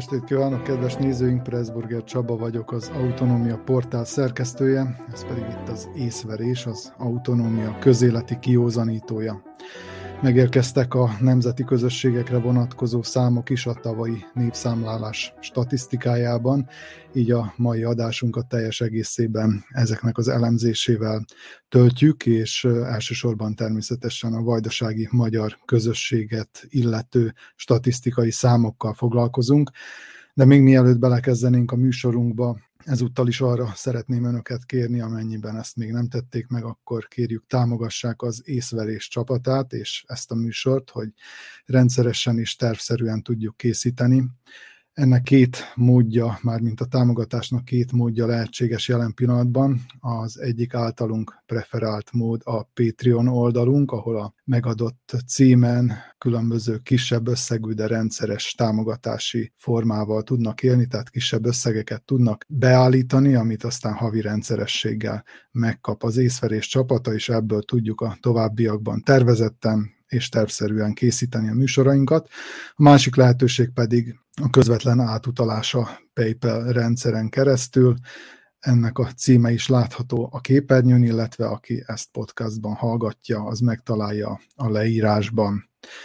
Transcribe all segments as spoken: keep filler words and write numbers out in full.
Jó estét kívánok, kedves nézőink! Pressburger Csaba vagyok, az Autonómia portál szerkesztője, ez pedig itt az Észverés, az Autonómia közéleti kiózanítója. Megérkeztek a nemzeti közösségekre vonatkozó számok is a tavalyi népszámlálás statisztikájában, így a mai adásunkat teljes egészében ezeknek az elemzésével töltjük, és elsősorban természetesen a vajdasági magyar közösséget illető statisztikai számokkal foglalkozunk. De még mielőtt belekezdenénk a műsorunkba, ezúttal is arra szeretném önöket kérni, amennyiben ezt még nem tették meg, akkor kérjük támogassák az Észverés csapatát és ezt a műsort, hogy rendszeresen és tervszerűen tudjuk készíteni. Ennek két módja, mármint a támogatásnak két módja lehetséges jelen pillanatban. Az egyik általunk preferált mód a Patreon oldalunk, ahol a megadott címen különböző kisebb összegű, de rendszeres támogatási formával tudnak élni, tehát kisebb összegeket tudnak beállítani, amit aztán havi rendszerességgel megkap az Észverés csapata, és ebből tudjuk a továbbiakban tervezetten és tervszerűen készíteni a műsorainkat. A másik lehetőség pedig a közvetlen átutalása PayPal rendszeren keresztül. Ennek a címe is látható a képernyőn, illetve aki ezt podcastban hallgatja, az megtalálja a leírásban.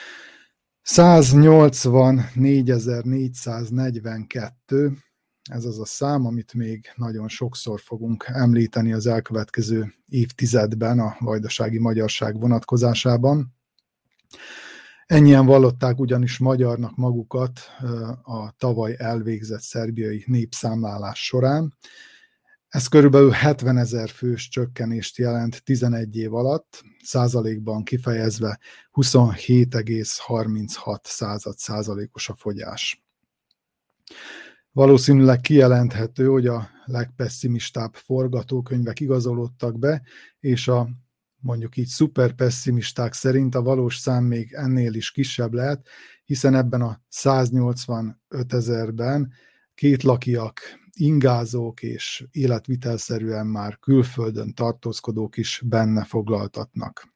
száznyolcvannégyezer-négyszáznegyvenkettő, ez az a szám, amit még nagyon sokszor fogunk említeni az elkövetkező évtizedben a vajdasági magyarság vonatkozásában. Ennyien vallották ugyanis magyarnak magukat a tavaly elvégzett szerbiai népszámlálás során. Ez körülbelül hetvenezer fős csökkenést jelent tizenegy év alatt, százalékban kifejezve huszonhét egész harminchat százalékos a fogyás. Valószínűleg kijelenthető, hogy a legpesszimistább forgatókönyvek igazolódtak be, és a mondjuk így szuperpesszimisták szerint a valós szám még ennél is kisebb lehet, hiszen ebben a száznyolcvanötezerben kétlakiak, ingázók és életvitelszerűen már külföldön tartózkodók is benne foglaltatnak.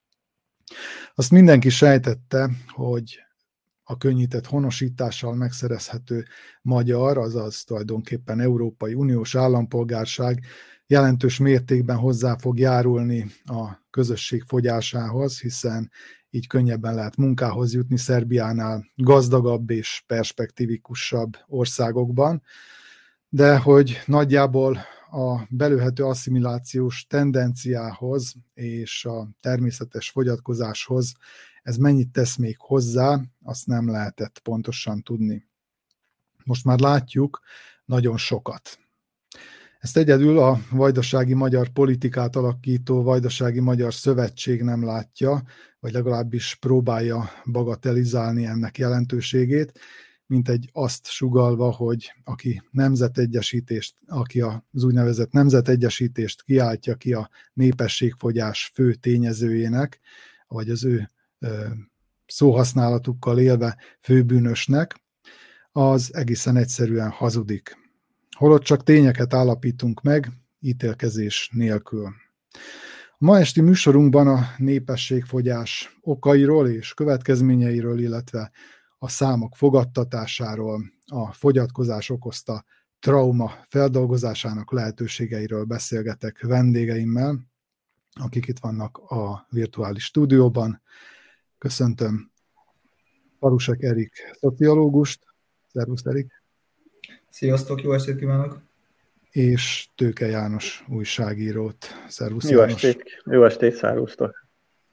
Azt mindenki sejtette, hogy a könnyített honosítással megszerezhető magyar, azaz tulajdonképpen Európai Uniós állampolgárság jelentős mértékben hozzá fog járulni a közösség fogyásához, hiszen így könnyebben lehet munkához jutni Szerbiánál gazdagabb és perspektívikusabb országokban, de hogy nagyjából a belőhető asszimilációs tendenciához és a természetes fogyatkozáshoz ez mennyit tesz még hozzá, azt nem lehetett pontosan tudni. Most már látjuk, nagyon sokat. Ezt egyedül a Vajdasági Magyar Politikát alakító Vajdasági Magyar Szövetség nem látja, vagy legalábbis próbálja bagatelizálni ennek jelentőségét, mint egy azt sugallva, hogy aki nemzetegyesítést, aki az úgynevezett nemzetegyesítést kiáltja ki a népességfogyás fő tényezőjének, vagy az ő szóhasználatukkal élve főbűnösnek, az egészen egyszerűen hazudik. Holott csak tényeket állapítunk meg, ítélkezés nélkül. A ma esti műsorunkban a népességfogyás okairól és következményeiről, illetve a számok fogadtatásáról, a fogyatkozás okozta trauma feldolgozásának lehetőségeiről beszélgetek vendégeimmel, akik itt vannak a virtuális stúdióban. Köszöntöm Farusek Erik szociológust. Szervusz, Erik! Sziasztok, jó estét kívánok! És Tőke János újságírót. Szervusz, jó János! Estét, jó estét, szervusztok!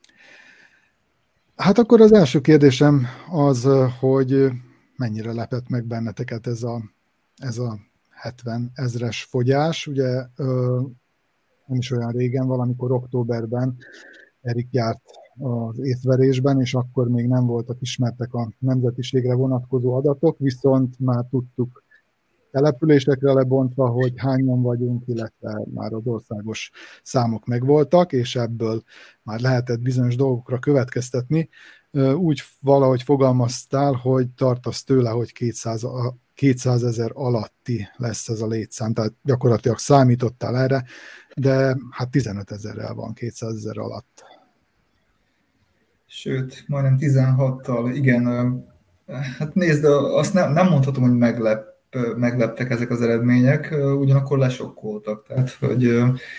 Hát akkor az első kérdésem az, hogy mennyire lepett meg benneteket ez a, ez a hetven ezres fogyás. Ugye nem is olyan régen, valamikor októberben Erik járt az Észverésben, és akkor még nem voltak ismertek a nemzetiségre vonatkozó adatok, viszont már tudtuk településekre lebontva, hogy hányan vagyunk, illetve már az országos számok megvoltak, és ebből már lehetett bizonyos dolgokra következtetni. Úgy valahogy fogalmaztál, hogy tartasz tőle, hogy kétszázezer alatti lesz ez a létszám, tehát gyakorlatilag számítottál erre, de hát tizenötezerrel van kétszázezer alatt. Sőt, majdnem tizenhattal, igen. Hát nézd, azt nem, nem mondhatom, hogy meglep, megleptek ezek az eredmények, ugyanakkor lesokkoltak. Tehát, hogy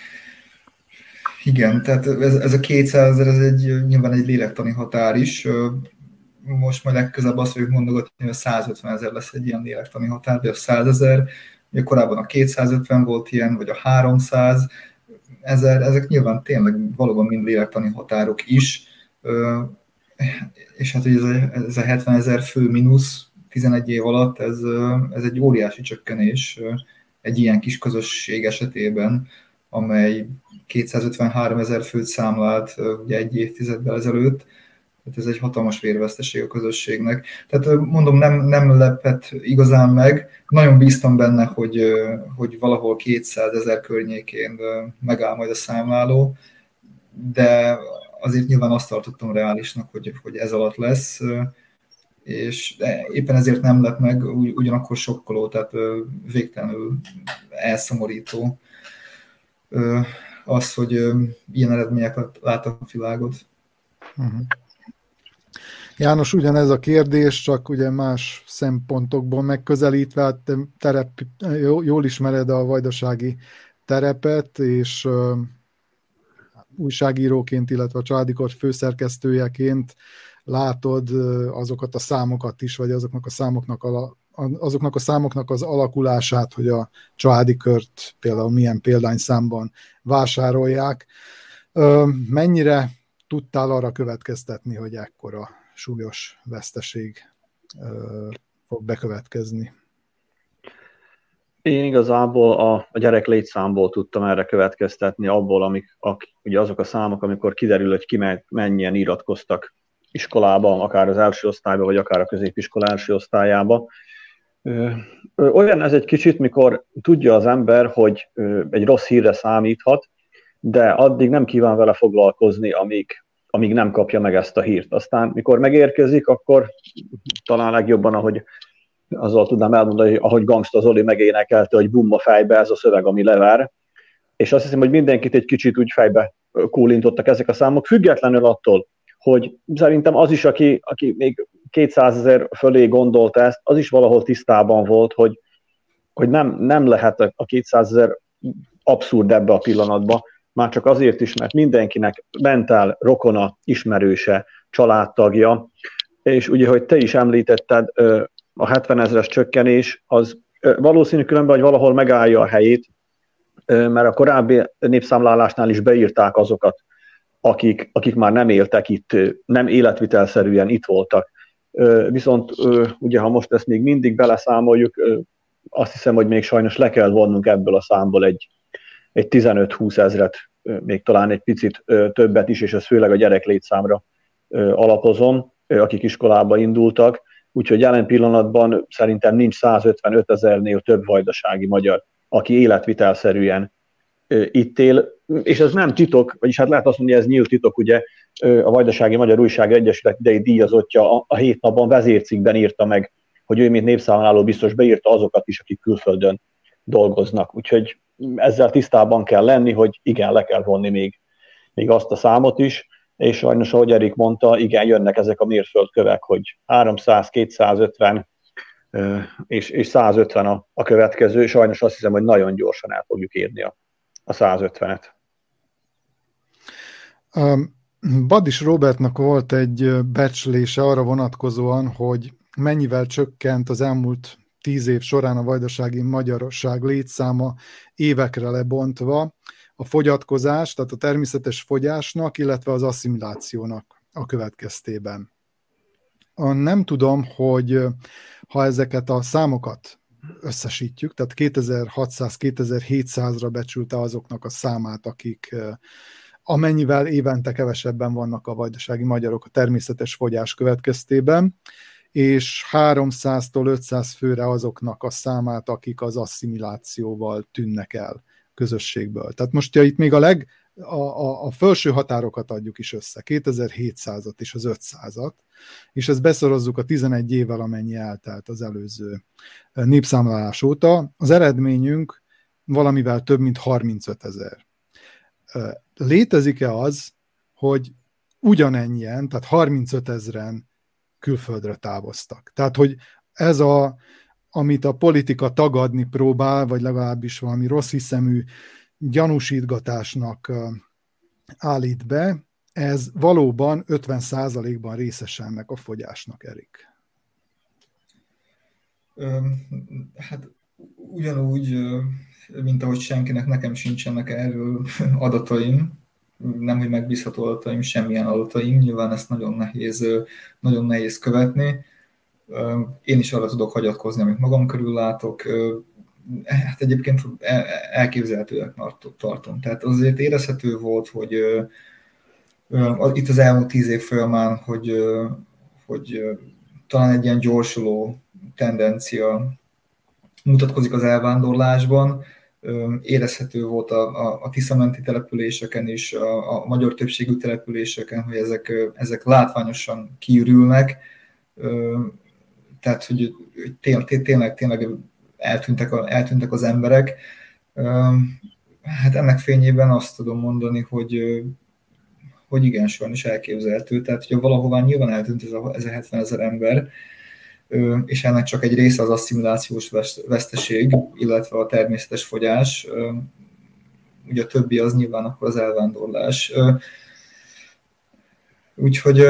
igen, tehát ez, ez a kétszázezer, ez egy, nyilván egy lélektani határ is. Most majd legközelebb azt fogjuk mondogatni, hogy a százötven ezer lesz egy ilyen lélektani határ, vagy a százezer. Ugye korábban a kétszázötven volt ilyen, vagy a háromszáz ezer. Ezek nyilván tényleg valóban mind lélektani határok is. És hát ez a, ez a hetven ezer fő mínusz tizenegy év alatt, ez, ez egy óriási csökkenés egy ilyen kis közösség esetében, amely kétszázötvenhárom ezer főt számlált ugye egy évtizeddel ezelőtt. Tehát ez egy hatalmas vérveszteség a közösségnek. Tehát mondom, nem, nem lepett igazán meg. Nagyon bíztam benne, hogy, hogy valahol kétszázezer környékén megáll majd a számláló, de azért nyilván azt tartottam reálisnak, hogy, hogy ez alatt lesz, és éppen ezért nem lett meg, ugyanakkor sokkoló, tehát végtelenül elszomorító az, hogy ilyen eredményeket láttak a világot. Uh-huh. János, ugyanez a kérdés, csak ugye más szempontokból megközelítve, hát te terep, jól ismered a vajdasági terepet, és uh, újságíróként, illetve a Családi Kort főszerkesztőjeként látod azokat a számokat is, vagy azoknak a számoknak, ala, azoknak a számoknak az alakulását, hogy a Családi Kört például milyen példányszámban vásárolják. Mennyire tudtál arra következtetni, hogy ekkora súlyos veszteség fog bekövetkezni? Én igazából a, a gyerek létszámból tudtam erre következtetni, abból, amik, ak, ugye azok a számok, amikor kiderül, hogy ki mennyien iratkoztak iskolában, akár az első osztályban, vagy akár a középiskola első osztályába. Ö, ö, olyan ez egy kicsit, mikor tudja az ember, hogy ö, egy rossz hírre számíthat, de addig nem kíván vele foglalkozni, amíg, amíg nem kapja meg ezt a hírt. Aztán, mikor megérkezik, akkor talán legjobban, ahogy azzal tudnám elmondani, ahogy Gangsta Zoli megénekelte, hogy bum a fejbe, ez a szöveg, ami lever. És azt hiszem, hogy mindenkit egy kicsit úgy fejbe kólintottak ezek a számok, függetlenül attól, hogy szerintem az is, aki, aki még kétszázezer fölé gondolt ezt, az is valahol tisztában volt, hogy, hogy nem, nem lehet a kétszázezer abszurd ebbe a pillanatba, már csak azért is, mert mindenkinek mentál rokona, ismerőse, családtagja, és ugye, hogy te is említetted, a hetven ezres csökkenés, az valószínű különben, hogy valahol megállja a helyét, mert a korábbi népszámlálásnál is beírták azokat, akik, akik már nem éltek itt, nem életvitelszerűen itt voltak. Viszont ugye, ha most ezt még mindig beleszámoljuk, azt hiszem, hogy még sajnos le kell vonnunk ebből a számból egy, egy tizenöt-húsz ezret, még talán egy picit többet is, és ez főleg a gyerek létszámra alapozom, akik iskolába indultak. Úgyhogy jelen pillanatban szerintem nincs százötvenöt ezernél több vajdasági magyar, aki életvitelszerűen itt él, és ez nem titok, vagyis hát lehet azt mondani, ez nyílt titok, ugye a Vajdasági Magyar Újság Egyesület idei díjazottja a, a hét napban vezércikkben írta meg, hogy ő, mint népszámláló biztos beírta azokat is, akik külföldön dolgoznak. Úgyhogy ezzel tisztában kell lenni, hogy igen, le kell vonni még, még azt a számot is, és sajnos, ahogy Erik mondta, igen, jönnek ezek a mérföldkövek, hogy háromszáz, kétszázötven és, és százötven a, a következő, sajnos azt hiszem, hogy nagyon gyorsan el fogjuk érni a, a százötvenet. Um, Badis Robertnak volt egy becslése arra vonatkozóan, hogy mennyivel csökkent az elmúlt tíz év során a vajdasági magyarság létszáma évekre lebontva a fogyatkozás, tehát a természetes fogyásnak, illetve az asszimilációnak a következtében. Nem tudom, hogy ha ezeket a számokat összesítjük, tehát kétezer-hatszáz-kétezer-hétszázra becsülte azoknak a számát, akik amennyivel évente kevesebben vannak a vajdasági magyarok a természetes fogyás következtében, és háromszáztól ötszáz főre azoknak a számát, akik az asszimilációval tűnnek el közösségből. Tehát most ja, itt még a, leg, a, a, a felső határokat adjuk is össze, kétezer-hétszázat és az ötszázat, és ezt beszorozzuk a tizenegy évvel, amennyi eltelt az előző népszámlálás óta. Az eredményünk valamivel több, mint harmincöt ezer. Létezik-e az, hogy ugyanennyien, tehát harmincöt ezren külföldre távoztak. Tehát, hogy ez a, amit a politika tagadni próbál, vagy legalábbis valami rossz hiszemű gyanúsítgatásnak állít be, ez valóban ötven százalékban részes ennek a fogyásnak, Erik. Hát ugyanúgy, mint ahogy senkinek, nekem sincsenek erről adataim, nem, hogy megbízható adataim, semmilyen adataim, nyilván ezt nagyon nehéz, nagyon nehéz követni. Én is arra tudok hagyatkozni, amit magam körül látok. Hát egyébként elképzelhetőnek tartom. Tehát azért érezhető volt, hogy itt az elmúlt tíz év folyamán, hogy, hogy talán egy ilyen gyorsuló tendencia mutatkozik az elvándorlásban. Érezhető volt a, a, a tiszamenti településeken is, a, a magyar többségű településeken, hogy ezek, ezek látványosan kiürülnek. Tehát, hogy tényleg, tényleg, tényleg eltűntek, a, eltűntek az emberek. Hát ennek fényében azt tudom mondani, hogy, hogy igen, sajnos elképzelhető. Tehát, hogyha valahová nyilván eltűnt ez a, ez a hetvenezer ember, és ennek csak egy része az asszimilációs veszteség, illetve a természetes fogyás. Ugye a többi az nyilván akkor az elvándorlás. Úgyhogy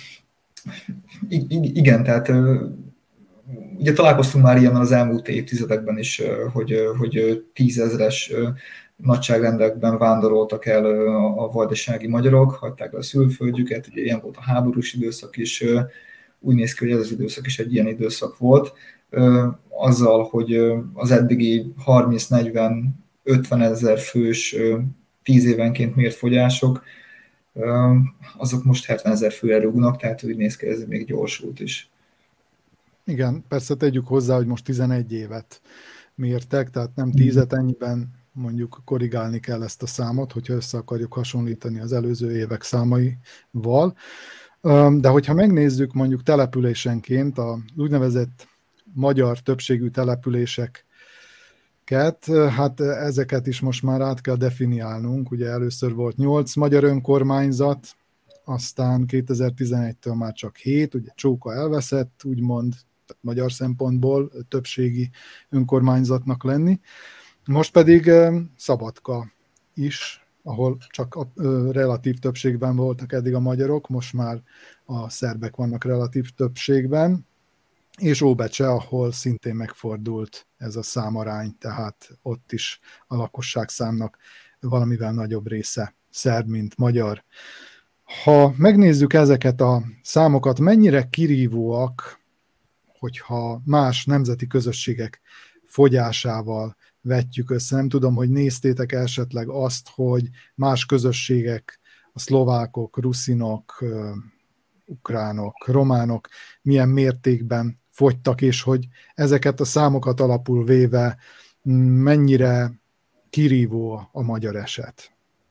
igen, tehát ugye találkoztunk már ilyennel az elmúlt évtizedekben is, hogy, hogy tízezres nagyságrendekben vándoroltak el a vajdasági magyarok, hagyták le a szülföldjüket, ugye ilyen volt a háborús időszak is, úgy néz ki, hogy ez az időszak is egy ilyen időszak volt, azzal, hogy az eddigi harminc-negyven-ötven ezer fős tíz évenként mért fogyások, azok most hetven ezer főre rúgnak, tehát úgy néz ki, ez még gyorsult is. Igen, persze tegyük hozzá, hogy most tizenegy évet mértek, tehát nem tízet, ennyiben mondjuk korrigálni kell ezt a számot, hogyha össze akarjuk hasonlítani az előző évek számaival. De hogyha megnézzük mondjuk településenként az úgynevezett magyar többségű településeket, hát ezeket is most már át kell definiálnunk. Ugye először volt nyolc magyar önkormányzat, aztán kétezer-tizenegytől már csak hét, ugye Csóka elveszett, úgymond, tehát magyar szempontból többségi önkormányzatnak lenni. Most pedig Szabadka is, ahol csak a relatív többségben voltak eddig a magyarok, most már a szerbek vannak relatív többségben, és Óbecse, ahol szintén megfordult ez a számarány, tehát ott is a lakosság számnak valamivel nagyobb része szerb, mint magyar. Ha megnézzük ezeket a számokat, mennyire kirívóak, hogyha más nemzeti közösségek fogyásával vetjük össze. Nem tudom, hogy néztétek esetleg azt, hogy más közösségek, a szlovákok, ruszinok, ukránok, románok milyen mértékben fogytak, és hogy ezeket a számokat alapul véve mennyire kirívó a magyar eset.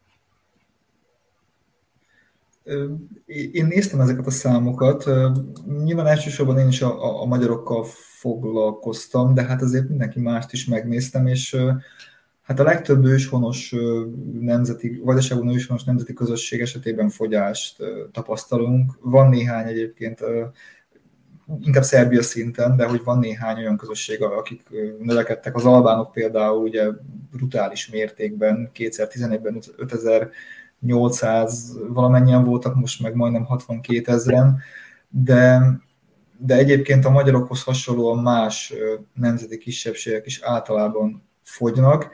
Én néztem ezeket a számokat, nyilván elsősorban én is a, a, a magyarokkal foglalkoztam, de hát azért mindenki mást is megnéztem, és hát a legtöbb őshonos nemzeti, vajdaságban őshonos nemzeti közösség esetében fogyást tapasztalunk. Van néhány egyébként, inkább Szerbia szinten, de hogy van néhány olyan közösség, akik növekedtek. Az albánok például ugye brutális mértékben, kétezer-tizenegyben ötezer-nyolcszáz valamennyien voltak, most meg majdnem hatvankétezren, de, de egyébként a magyarokhoz hasonlóan más nemzeti kisebbségek is általában fogynak,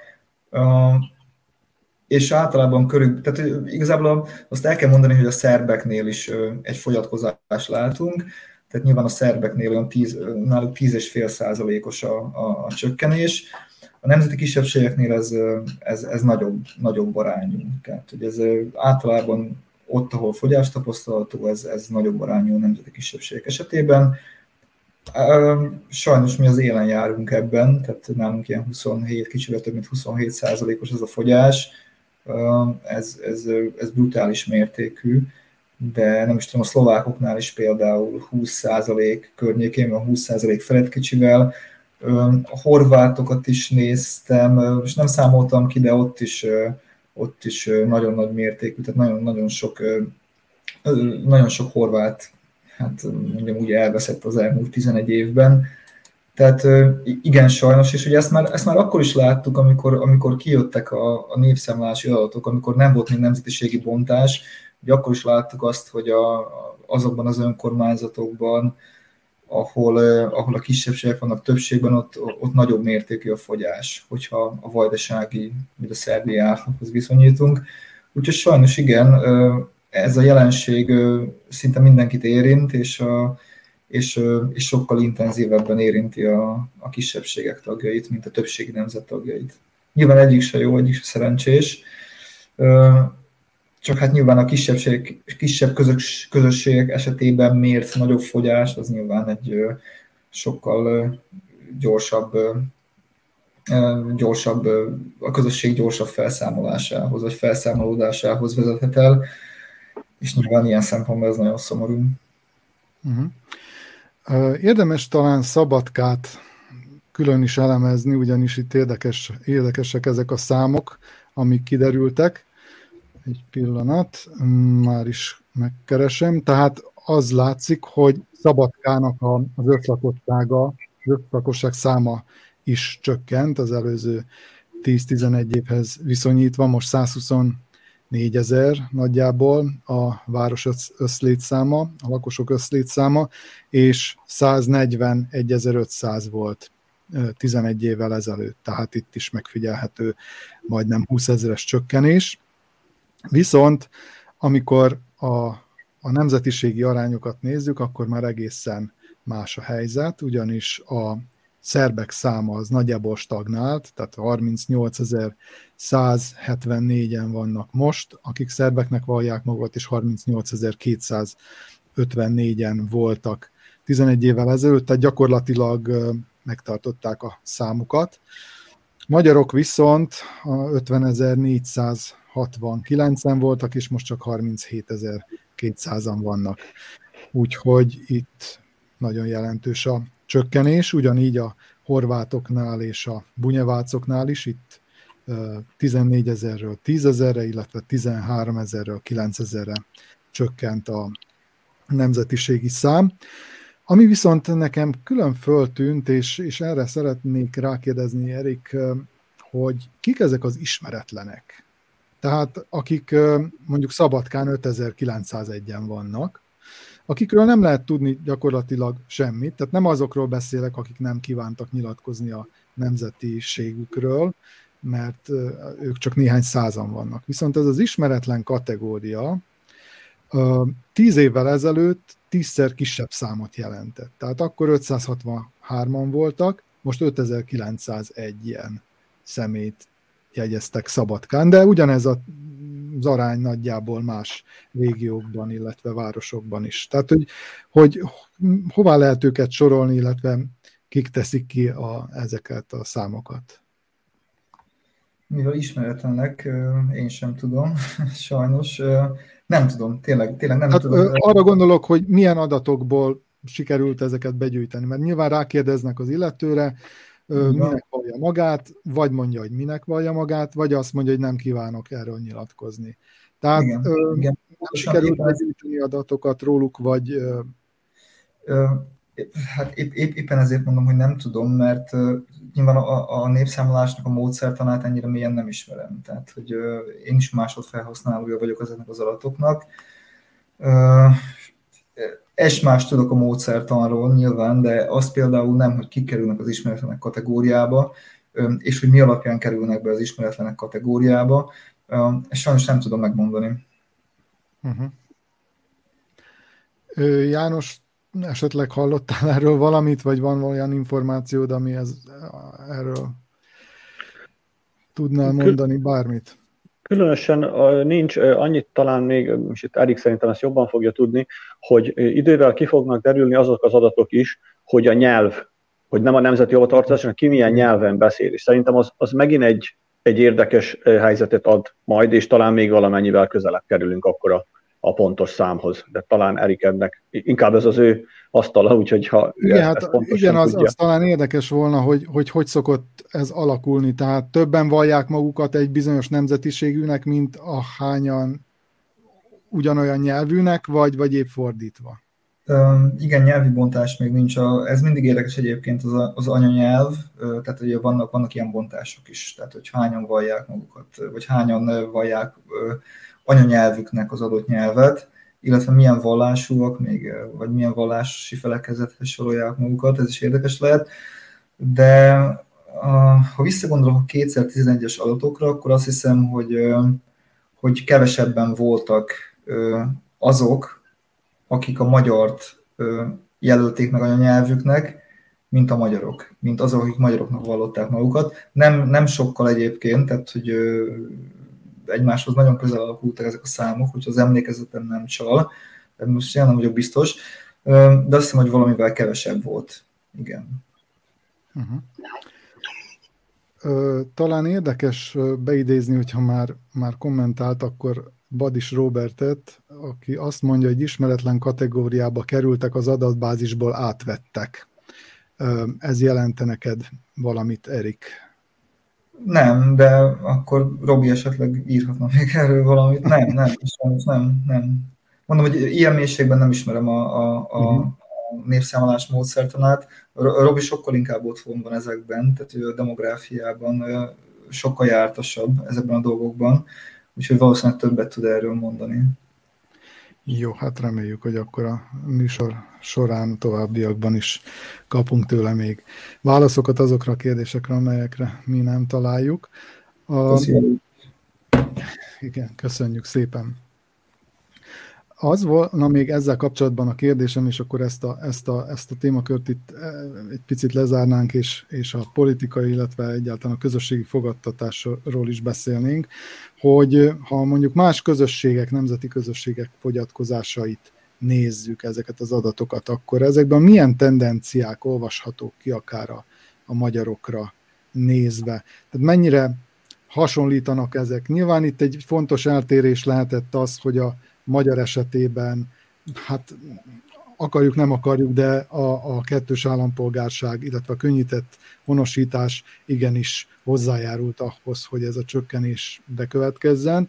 és általában körül, tehát igazából azt el kell mondani, hogy a szerbeknél is egy fogyatkozást látunk, tehát nyilván a szerbeknél olyan tíz, náluk tíz egész öt százalékos a, a, a csökkenés. A nemzeti kisebbségeknél ez, ez, ez nagyobb, nagyobb arányú. Tehát, hogy ez általában ott, ahol fogyás tapasztalható, ez, ez nagyobb arányú a nemzeti kisebbségek esetében. Sajnos mi az élen járunk ebben, tehát nálunk ilyen huszonhét, kicsivel több mint huszonhét százalékos ez a fogyás. Ez, ez, ez brutális mértékű, de nem is tudom, a szlovákoknál is például húsz százalék környékén, van húsz százalék felett kicsivel. A horvátokat is néztem, és nem számoltam ki, de ott is, ott is nagyon nagy mértékű, tehát nagyon, nagyon, sok, nagyon sok horvát hát mondjam úgy elveszett az elmúlt tizenegy évben. Tehát igen, sajnos, és ugye ezt már, ezt már akkor is láttuk, amikor, amikor kijöttek a, a népszámlálási adatok, amikor nem volt még nemzetiségi bontás, ugye akkor is láttuk azt, hogy a, azokban az önkormányzatokban, ahol, ahol a kisebbségek vannak többségben, ott, ott nagyobb mértékű a fogyás, hogyha a vajdasági vagy a szerbiai átlaghoz viszonyítunk. Úgyhogy sajnos igen, ez a jelenség szinte mindenkit érint, és, a, és, és sokkal intenzívebben érinti a, a kisebbségek tagjait, mint a többségi nemzet tagjait. Nyilván egyik se jó, egyik se szerencsés, csak hát nyilván a kisebbség, kisebb közös, közösségek esetében mért nagyobb fogyás, az nyilván egy sokkal gyorsabb, gyorsabb, a közösség gyorsabb felszámolásához, vagy felszámolódásához vezethet el, és nyilván ilyen szempontból ez nagyon szomorú. Uh-huh. Érdemes talán Szabadkát külön is elemezni, ugyanis itt érdekes, érdekesek ezek a számok, amik kiderültek. Egy pillanat, már is megkeresem. Tehát az látszik, hogy Szabadkának az összlakossága, az összlakosság száma is csökkent az előző tíz-tizenegy évhez viszonyítva. Most százhuszonnégyezer nagyjából a város összlétszáma, a lakosok összlétszáma, és száznegyvenegyezer-ötszáz volt tizenegy évvel ezelőtt. Tehát itt is megfigyelhető majdnem húszezeres csökkenés. Viszont amikor a, a nemzetiségi arányokat nézzük, akkor már egészen más a helyzet, ugyanis a szerbek száma az nagyjából stagnált, tehát harmincnyolcezer-százhetvennégyen vannak most, akik szerbeknek vallják magukat, és harmincnyolcezer-kétszázötvennégyen voltak tizenegy évvel ezelőtt, tehát gyakorlatilag megtartották a számukat. Magyarok viszont ötvenezer-négyszázhatvankilencen voltak, és most csak harminchétezer-kétszázan vannak. Úgyhogy itt nagyon jelentős a csökkenés, ugyanígy a horvátoknál és a bunyevácoknál is, itt tizennégyezerről tízezerre, illetve tizenháromezerről kilencezerre csökkent a nemzetiségi szám. Ami viszont nekem külön föltűnt, és, és erre szeretnék rákérdezni, Erik, hogy kik ezek az ismeretlenek? Tehát akik mondjuk Szabadkán ötezer-kilencszázegyen vannak, akikről nem lehet tudni gyakorlatilag semmit, tehát nem azokról beszélek, akik nem kívántak nyilatkozni a nemzetiségükről, mert ők csak néhány százan vannak. Viszont ez az ismeretlen kategória tíz évvel ezelőtt tízszer kisebb számot jelentett. Tehát akkor ötszázhatvanhárman voltak, most ötezer-kilencszázegy ilyen személyt jegyeztek Szabadkán, de ugyanez az arány nagyjából más régiókban, illetve városokban is. Tehát, hogy, hogy hová lehet őket sorolni, illetve kik teszik ki a, ezeket a számokat? Mivel ismeretlenek, én sem tudom, sajnos. Nem tudom, tényleg, tényleg nem hát, tudom. Arra gondolok, hogy milyen adatokból sikerült ezeket begyűjteni, mert nyilván rákérdeznek az illetőre, ja. minek vallja magát, vagy mondja, hogy minek vallja magát, vagy azt mondja, hogy nem kívánok erről nyilatkozni. Tehát igen, ö, igen. nem sikerült begyűjteni adatokat róluk, vagy... Ö... Ö, hát épp, épp, éppen ezért mondom, hogy nem tudom, mert uh, nyilván a, a népszámolásnak a módszertanát ennyire mélyen nem ismerem. Tehát, hogy uh, én is másodfelhasználója vagyok ezeknek az adatoknak. Uh, Es-más tudok a módszertanról nyilván, de az például nem, hogy kik kerülnek az ismeretlenek kategóriába, um, és hogy mi alapján kerülnek be az ismeretlenek kategóriába. Um, ezt sajnos nem tudom megmondani. Uh-huh. Ö, János, esetleg hallottál erről valamit, vagy van olyan információd, ami ez, erről tudnál mondani bármit? Különösen nincs, annyit talán még, és itt Erik szerintem ezt jobban fogja tudni, hogy idővel ki fognak derülni azok az adatok is, hogy a nyelv, hogy nem a nemzeti hovatartozás, hanem ki milyen nyelven beszél. És szerintem az, az megint egy, egy érdekes helyzetet ad majd, és talán még valamennyivel közelebb kerülünk akkor a a pontos számhoz, de talán Erik ennek inkább ez az ő asztala, úgyhogy ha ő igen, ezt, hát ezt pontosan igen, az, tudja. Az talán érdekes volna, hogy, hogy hogy szokott ez alakulni, tehát többen vallják magukat egy bizonyos nemzetiségűnek, mint ahányan ugyanolyan nyelvűnek, vagy, vagy épp fordítva. Igen, nyelvi bontás még nincs. A, ez mindig érdekes egyébként az, a, az anyanyelv, tehát ugye vannak, vannak ilyen bontások is, tehát hogy hányan vallják magukat, vagy hányan vallják anyanyelvüknek az adott nyelvet, illetve milyen vallásúak még, vagy milyen vallási felekezethez sorolják magukat, ez is érdekes lehet. De ha visszagondolok a kétezer-tizenegyes adatokra, akkor azt hiszem, hogy, hogy kevesebben voltak azok, akik a magyart jelölték meg anyanyelvüknek, mint a magyarok, mint azok, akik magyaroknak vallották magukat. Nem, nem sokkal egyébként, tehát hogy egymáshoz nagyon közel alakultak ezek a számok, úgyhogy az emlékezetem nem csal, most én nem vagyok biztos, de azt hiszem, hogy valamivel kevesebb volt. Igen. Uh-huh. Talán érdekes beidézni, hogyha már, már kommentált, akkor Badis Robertet, aki azt mondja, hogy ismeretlen kategóriába kerültek, az adatbázisból átvettek. Ez jelente neked valamit, Erik? Nem, de akkor Robi esetleg írhatna még erről valamit. Nem, nem, nem, nem. Mondom, hogy ilyen mélységben nem ismerem a, a, a, uh-huh. a népszámolás módszertanát. Robi sokkal inkább otthon van ezekben, tehát ő a demográfiában sokkal jártasabb ezekben a dolgokban, úgyhogy valószínűleg többet tud erről mondani. Jó, hát reméljük, hogy akkor a műsor során továbbiakban is kapunk tőle még válaszokat azokra a kérdésekre, amelyekre mi nem találjuk. A... Igen, köszönjük szépen. Az volna még ezzel kapcsolatban a kérdésem, és akkor ezt a, ezt a, ezt a témakört itt egy picit lezárnánk, és, és a politikai, illetve egyáltalán a közösségi fogadtatásról is beszélnénk, hogy ha mondjuk más közösségek, nemzeti közösségek fogyatkozásait nézzük, ezeket az adatokat, akkor ezekben milyen tendenciák olvashatók ki akár a, a magyarokra nézve? Tehát mennyire hasonlítanak ezek? Nyilván itt egy fontos eltérés lehetett az, hogy a magyar esetében, hát akarjuk, nem akarjuk, de a, a kettős állampolgárság, illetve a könnyített honosítás igenis hozzájárult ahhoz, hogy ez a csökkenés bekövetkezzen.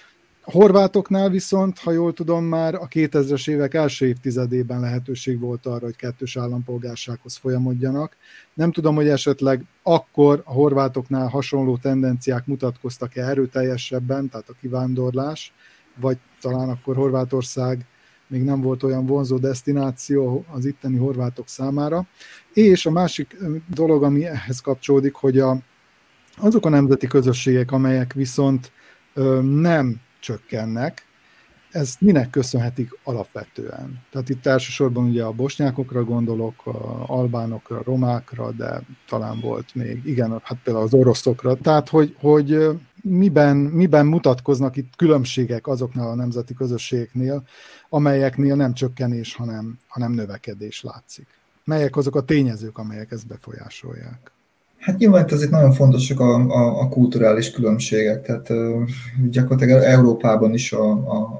A horvátoknál viszont, ha jól tudom, már a kétezres évek első évtizedében lehetőség volt arra, hogy kettős állampolgársághoz folyamodjanak. Nem tudom, hogy esetleg akkor a horvátoknál hasonló tendenciák mutatkoztak-e erőteljesebben, tehát a kivándorlás, vagy talán akkor Horvátország még nem volt olyan vonzó desztináció az itteni horvátok számára. És a másik dolog, ami ehhez kapcsolódik, hogy a, azok a nemzeti közösségek, amelyek viszont ö, nem csökkennek, ezt minek köszönhetik alapvetően? Tehát itt elsősorban ugye a bosnyákokra gondolok, a albánokra, romákra, de talán volt még, igen, hát például az oroszokra. Tehát, hogy, hogy miben, miben mutatkoznak itt különbségek azoknál a nemzeti közösségeknél, amelyeknél nem csökkenés, hanem, hanem növekedés látszik. Melyek azok a tényezők, amelyek ezt befolyásolják? Hát nyilván ezek nagyon fontosak a, a, a kulturális különbségek, tehát uh, gyakorlatilag Európában is a, a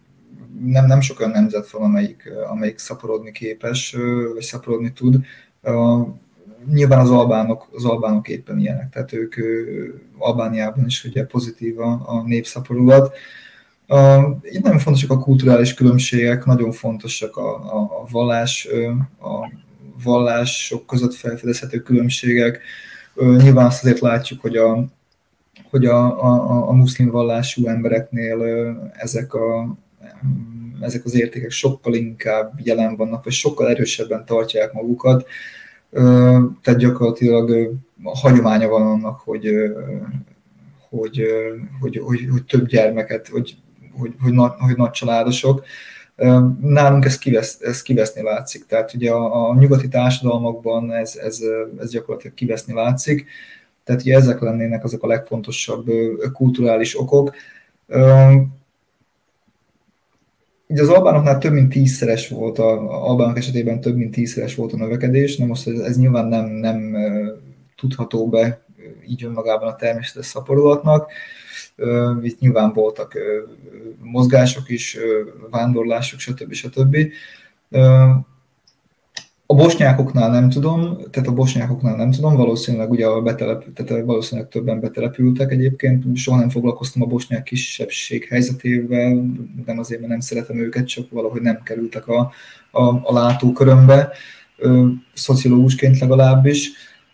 nem, nem sok olyan nemzet van, amelyik, amelyik szaporodni képes, vagy szaporodni tud. Uh, nyilván az albánok, az albánok éppen ilyenek, tehát ők Albániában is ugye pozitív a, a népszaporulat. Uh, itt nagyon fontosak a kulturális különbségek, nagyon fontosak a, a, a vallás, a vallások között felfedezhető különbségek. Uh, nyilván azt azért látjuk, hogy a, hogy a, a, a muszlim vallású embereknél uh, ezek a ezek az értékek sokkal inkább jelen vannak, vagy sokkal erősebben tartják magukat. Tehát gyakorlatilag a hagyománya van annak, hogy, hogy, hogy, hogy, hogy több gyermeket, hogy, hogy, hogy, nagy, hogy nagy családosok. Nálunk ez, kivesz, ez kiveszni látszik. Tehát ugye a, a nyugati társadalmakban ez, ez, ez gyakorlatilag kiveszni látszik. Tehát ugye ezek lennének azok a legfontosabb kulturális okok. Ugye az albánoknál több mint tízszeres volt, az albánok esetében több mint tízszeres volt a növekedés, na most ez, ez nyilván nem, nem tudható be így önmagában a természetes szaporulatnak. Itt nyilván voltak mozgások is, vándorlások, stb. stb. A A bosnyákoknál nem tudom, tehát a bosnyákoknál nem tudom, valószínűleg ugye a betelep, tehát valószínűleg többen betelepültek egyébként, soha nem foglalkoztam a bosnyák kisebbség helyzetével, nem azért, mert nem szeretem őket, csak valahogy nem kerültek a, a, a látókörömbe, ö, szociológusként legalábbis.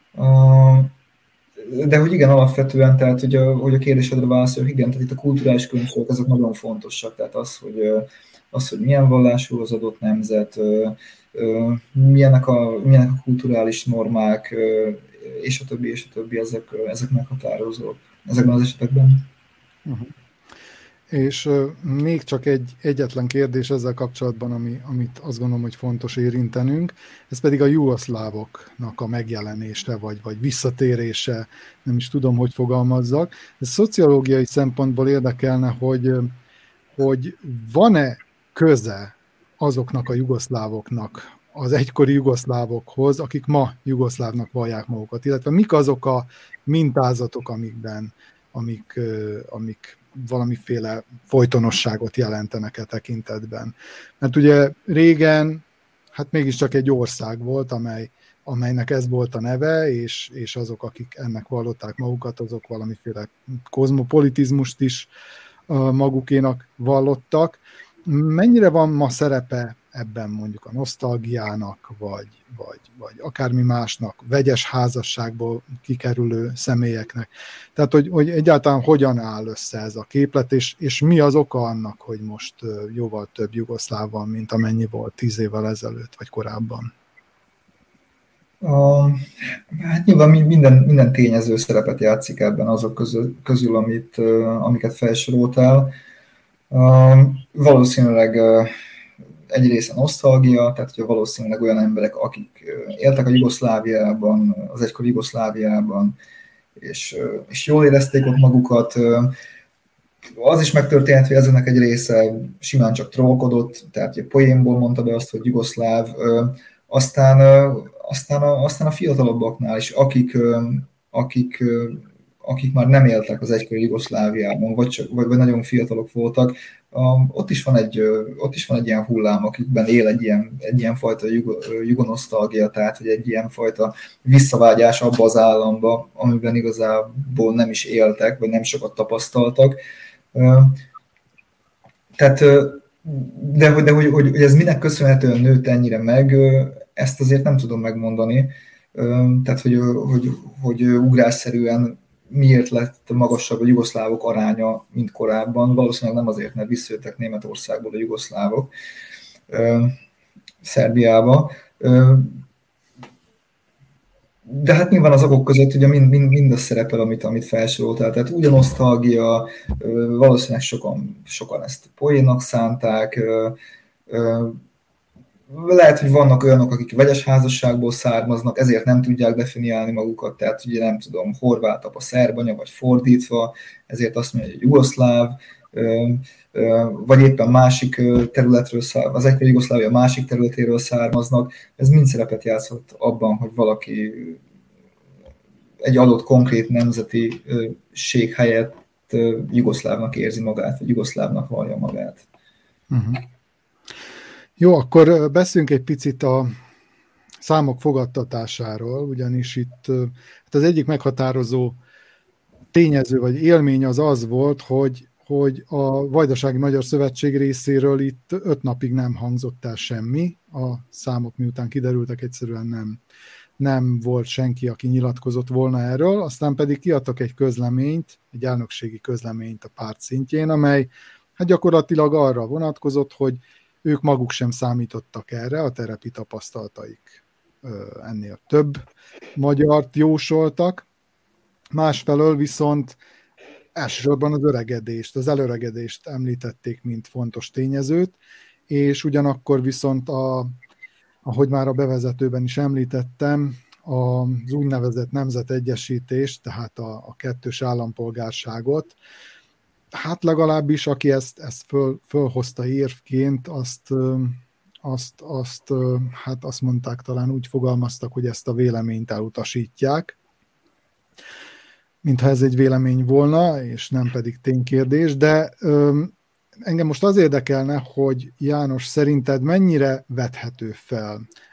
De hogy igen, alapvetően, tehát hogy a, hogy a kérdésedre válaszolok, igen, tehát itt a kulturális különbségek ezek nagyon fontosak, tehát az, hogy, az, hogy milyen vallású az adott nemzet, milyenek a, milyenek a kulturális normák, és a többi, és a többi, ezek, ezek meghatározók ezekben az esetekben. Uh-huh. És uh, még csak egy egyetlen kérdés ezzel kapcsolatban, ami, amit azt gondolom, hogy fontos érintenünk, ez pedig a jugoszlávoknak a megjelenése, vagy, vagy visszatérése, nem is tudom, hogy fogalmazzak. Ez szociológiai szempontból érdekelne, hogy, hogy van-e köze azoknak a jugoszlávoknak, az egykori jugoszlávokhoz, akik ma jugoszlávnak vallják magukat, illetve mik azok a mintázatok, amikben, amik, amik valamiféle folytonosságot jelentenek e tekintetben. Mert ugye régen, hát mégiscsak egy ország volt, amely, amelynek ez volt a neve, és, és azok, akik ennek vallották magukat, azok valamiféle kozmopolitizmust is magukénak vallottak. Mennyire van ma szerepe ebben mondjuk a nosztalgiának, vagy, vagy, vagy akármi másnak, vegyes házasságból kikerülő személyeknek? Tehát, hogy, hogy egyáltalán hogyan áll össze ez a képlet, és, és mi az oka annak, hogy most jóval több jugoszláv van, mint amennyi volt tíz évvel ezelőtt, vagy korábban? A, hát nyilván minden, minden tényező szerepet játszik ebben azok közül, közül amit, amiket felsoroltál. Uh, valószínűleg uh, egyrészt a nosztalgia, tehát hogy valószínűleg olyan emberek, akik uh, éltek a Jugoszláviában, az egykori Jugoszláviában, és, uh, és jól érezték ott magukat. Uh, az is megtörtént, hogy ezeknek egy része simán csak trollkodott, tehát egy poénból mondta be azt, hogy jugoszláv. Uh, aztán, uh, aztán, a, aztán a fiatalabbaknál is, akik, uh, akik uh, akik már nem éltek az egykori Jugoszláviában, vagy, csak, vagy, vagy nagyon fiatalok voltak, um, ott, is van egy, ott is van egy ilyen hullám, akikben él egy ilyen, egy ilyen fajta jugonosztalgia, tehát hogy egy ilyen fajta visszavágyás abba az államba, amiben igazából nem is éltek, vagy nem sokat tapasztaltak. Uh, tehát, uh, de, de hogy, hogy, hogy ez minek köszönhetően nőtt ennyire meg, uh, ezt azért nem tudom megmondani. Uh, tehát, hogy, hogy, hogy ugrásszerűen miért lett magasabb a jugoszlávok aránya, mint korábban. Valószínűleg nem azért, mert visszajöttek Németországból a jugoszlávok Szerbiába. De hát nyilván az okok között ugye mind, mind, mind az szerepel, amit, amit felsoroltál. Tehát úgy a nosztalgia, valószínűleg sokan, sokan ezt poénnak szánták. Lehet, hogy vannak olyanok, akik vegyes házasságból származnak, ezért nem tudják definiálni magukat, tehát ugye nem tudom, horvát apa, szerb anya, vagy fordítva, ezért azt mondja, hogy jugoszláv, vagy éppen másik területről származnak, az egykori Jugoszlávia másik területéről származnak, ez mind szerepet játszott abban, hogy valaki egy adott konkrét nemzetiség helyett jugoszlávnak érzi magát, vagy jugoszlávnak vallja magát. Uh-huh. Jó, akkor beszéljünk egy picit a számok fogadtatásáról, ugyanis itt hát az egyik meghatározó tényező vagy élmény az az volt, hogy, hogy a Vajdasági Magyar Szövetség részéről itt öt napig nem hangzott el semmi. A számok miután kiderültek, egyszerűen nem, nem volt senki, aki nyilatkozott volna erről, aztán pedig kiadtak egy közleményt, egy elnökségi közleményt a párt szintjén, amely hát gyakorlatilag arra vonatkozott, hogy ők maguk sem számítottak erre, a terepi tapasztalataik ennél több magyart jósoltak. Másfelől viszont elsősorban az öregedést, az előregedést említették, mint fontos tényezőt, és ugyanakkor viszont, a, ahogy már a bevezetőben is említettem, az úgynevezett nemzetegyesítést, tehát a, a kettős állampolgárságot, hát legalábbis, aki ezt, ezt föl, fölhozta érvként, azt, azt, azt, hát azt mondták, talán úgy fogalmaztak, hogy ezt a véleményt elutasítják, mintha ez egy vélemény volna, és nem pedig ténykérdés, de ö, engem most az érdekelne, hogy János, szerinted mennyire vethető fel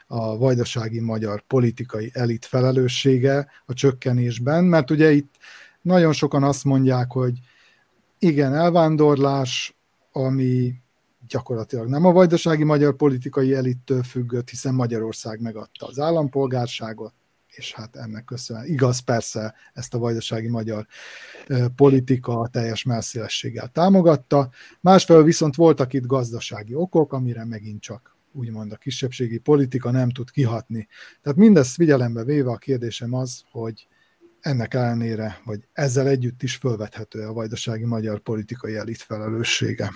a vajdasági magyar politikai elit felelőssége a csökkenésben, mert ugye itt nagyon sokan azt mondják, hogy igen, elvándorlás, ami gyakorlatilag nem a vajdasági magyar politikai elittől függött, hiszen Magyarország megadta az állampolgárságot, és hát ennek köszönhetően igaz, persze ezt a vajdasági magyar politika teljes mellszélességgel támogatta. Másfelől viszont voltak itt gazdasági okok, amire megint csak úgymond a kisebbségi politika nem tud kihatni. Tehát mindezt figyelembe véve a kérdésem az, hogy ennek ellenére, vagy ezzel együtt is fölvethető a vajdasági magyar politikai elit felelőssége.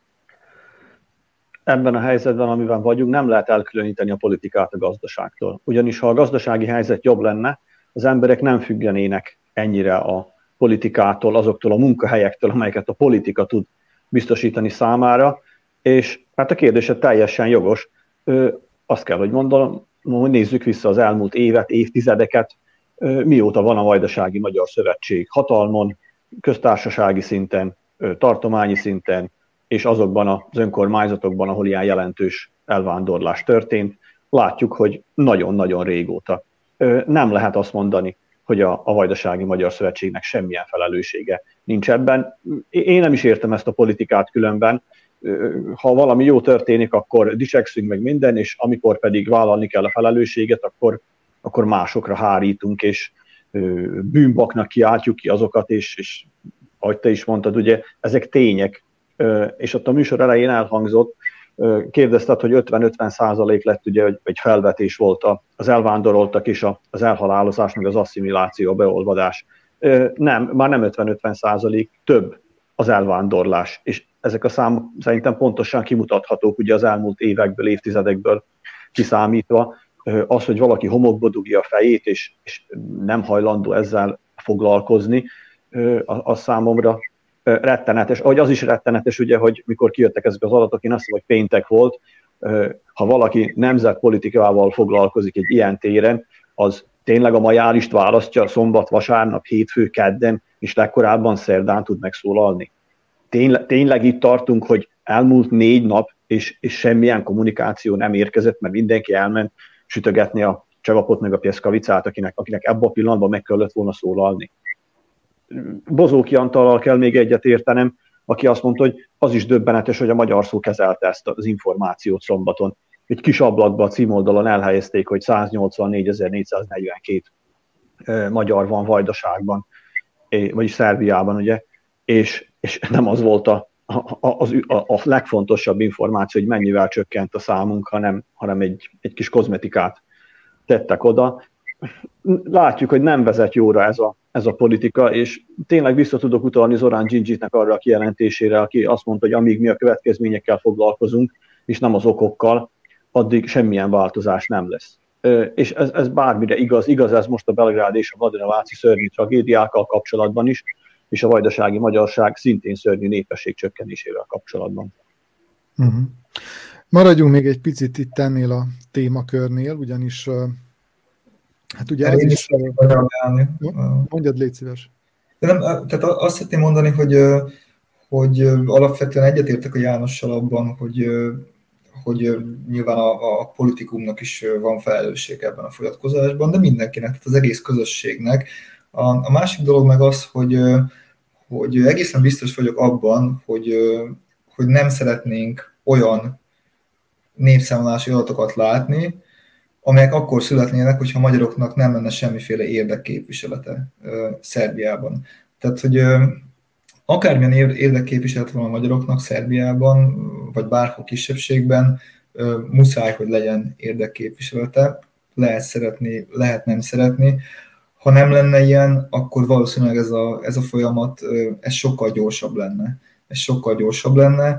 Ebben a helyzetben, amiben vagyunk, nem lehet elkülöníteni a politikát a gazdaságtól. Ugyanis ha a gazdasági helyzet jobb lenne, az emberek nem függenének ennyire a politikától, azoktól a munkahelyektől, amelyeket a politika tud biztosítani számára, és hát a kérdése teljesen jogos. Ö, azt kell, hogy mondom, hogy nézzük vissza az elmúlt évet, évtizedeket, ö, mióta van a Vajdasági Magyar Szövetség hatalmon, köztársasági szinten, ö, tartományi szinten, és azokban az önkormányzatokban, ahol ilyen jelentős elvándorlás történt, látjuk, hogy nagyon-nagyon régóta. Ö, nem lehet azt mondani, hogy a, a Vajdasági Magyar Szövetségnek semmilyen felelőssége nincs ebben. Én nem is értem ezt a politikát különben. Ha valami jó történik, akkor dicsekszünk meg minden, és amikor pedig vállalni kell a felelősséget, akkor, akkor másokra hárítunk, és bűnbaknak kiáltjuk ki azokat, és, és ahogy te is mondtad, ugye ezek tények. És ott a műsor elején elhangzott, kérdezted, hogy ötven-ötven százalék lett, ugye, egy felvetés volt az elvándoroltak és az elhalálozás, meg az asszimiláció, a beolvadás. Nem, már nem ötven-ötven százalék, több az elvándorlás. És ezek a számok szerintem pontosan kimutathatók ugye az elmúlt évekből, évtizedekből kiszámítva. Az, hogy valaki homokba dugja a fejét, és, és nem hajlandó ezzel foglalkozni, az számomra rettenetes. Ahogy az is rettenetes, ugye, hogy mikor kijöttek ezek az adatok, én azt hiszem, hogy péntek volt, ha valaki nemzetpolitikával foglalkozik egy ilyen téren, az tényleg a majálist választja szombat, vasárnap, hétfő, kedden, és legkorábban szerdán tud megszólalni. Tényleg, tényleg itt tartunk, hogy elmúlt négy nap, és, és semmilyen kommunikáció nem érkezett, mert mindenki elment sütögetni a Csavapot meg a Pieszkavicát, akinek, akinek ebben a pillanatban meg kellett volna szólalni. Bozóki Antallal kell még egyet értenem, aki azt mondta, hogy az is döbbenetes, hogy a Magyar Szó kezelte ezt az információt szombaton. Egy kis ablakban a címoldalon elhelyezték, hogy száznyolcvannégy-ezernégyszáznegyvenkét magyar van Vajdaságban, vagyis Szerbiában, ugye, és, és nem az volt a, a, a, a legfontosabb információ, hogy mennyivel csökkent a számunk, hanem, hanem egy, egy kis kozmetikát tettek oda. Látjuk, hogy nem vezet jóra ez a, ez a politika, és tényleg vissza tudok utalni Zorán Dzsindzsitnek arra a kijelentésére, aki azt mondta, hogy amíg mi a következményekkel foglalkozunk, és nem az okokkal, addig semmilyen változás nem lesz. És ez, ez bármire igaz, igaz ez most a belgrád és a mladenaváci szörnyű tragédiákkal kapcsolatban is, és a vajdasági magyarság szintén szörnyű népesség csökkenésével kapcsolatban. Uh-huh. Maradjunk még egy picit itt ennél a témakörnél, ugyanis hát ugye az is... Mondjad, légy szíves. De nem, tehát azt szeretném mondani, hogy, hogy alapvetően egyetértek a Jánossal abban, hogy, hogy nyilván a, a politikumnak is van felelősség ebben a fogyatkozásban, de mindenkinek, tehát az egész közösségnek. A, a másik dolog meg az, hogy, hogy egészen biztos vagyok abban, hogy, hogy nem szeretnénk olyan népszámlási adatokat látni, amelyek akkor születnének, hogyha a magyaroknak nem lenne semmiféle érdekképviselete Szerbiában. Tehát, hogy akármilyen érdekképviselet van a magyaroknak Szerbiában, vagy bárhol kisebbségben, muszáj, hogy legyen érdekképviselete, lehet szeretni, lehet nem szeretni. Ha nem lenne ilyen, akkor valószínűleg ez a, ez a folyamat ez sokkal gyorsabb lenne. Ez sokkal gyorsabb lenne.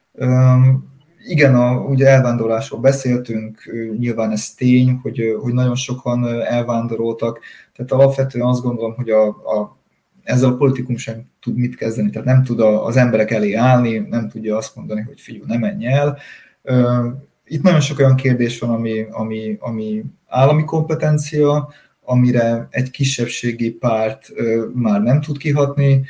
Igen, a, ugye elvándorlásról beszéltünk, nyilván ez tény, hogy, hogy nagyon sokan elvándoroltak, tehát alapvetően azt gondolom, hogy a, a, ezzel a politikum sem tud mit kezdeni, tehát nem tud az emberek elé állni, nem tudja azt mondani, hogy figyelj, ne menj el. Itt nagyon sok olyan kérdés van, ami, ami, ami állami kompetencia, amire egy kisebbségi párt már nem tud kihatni.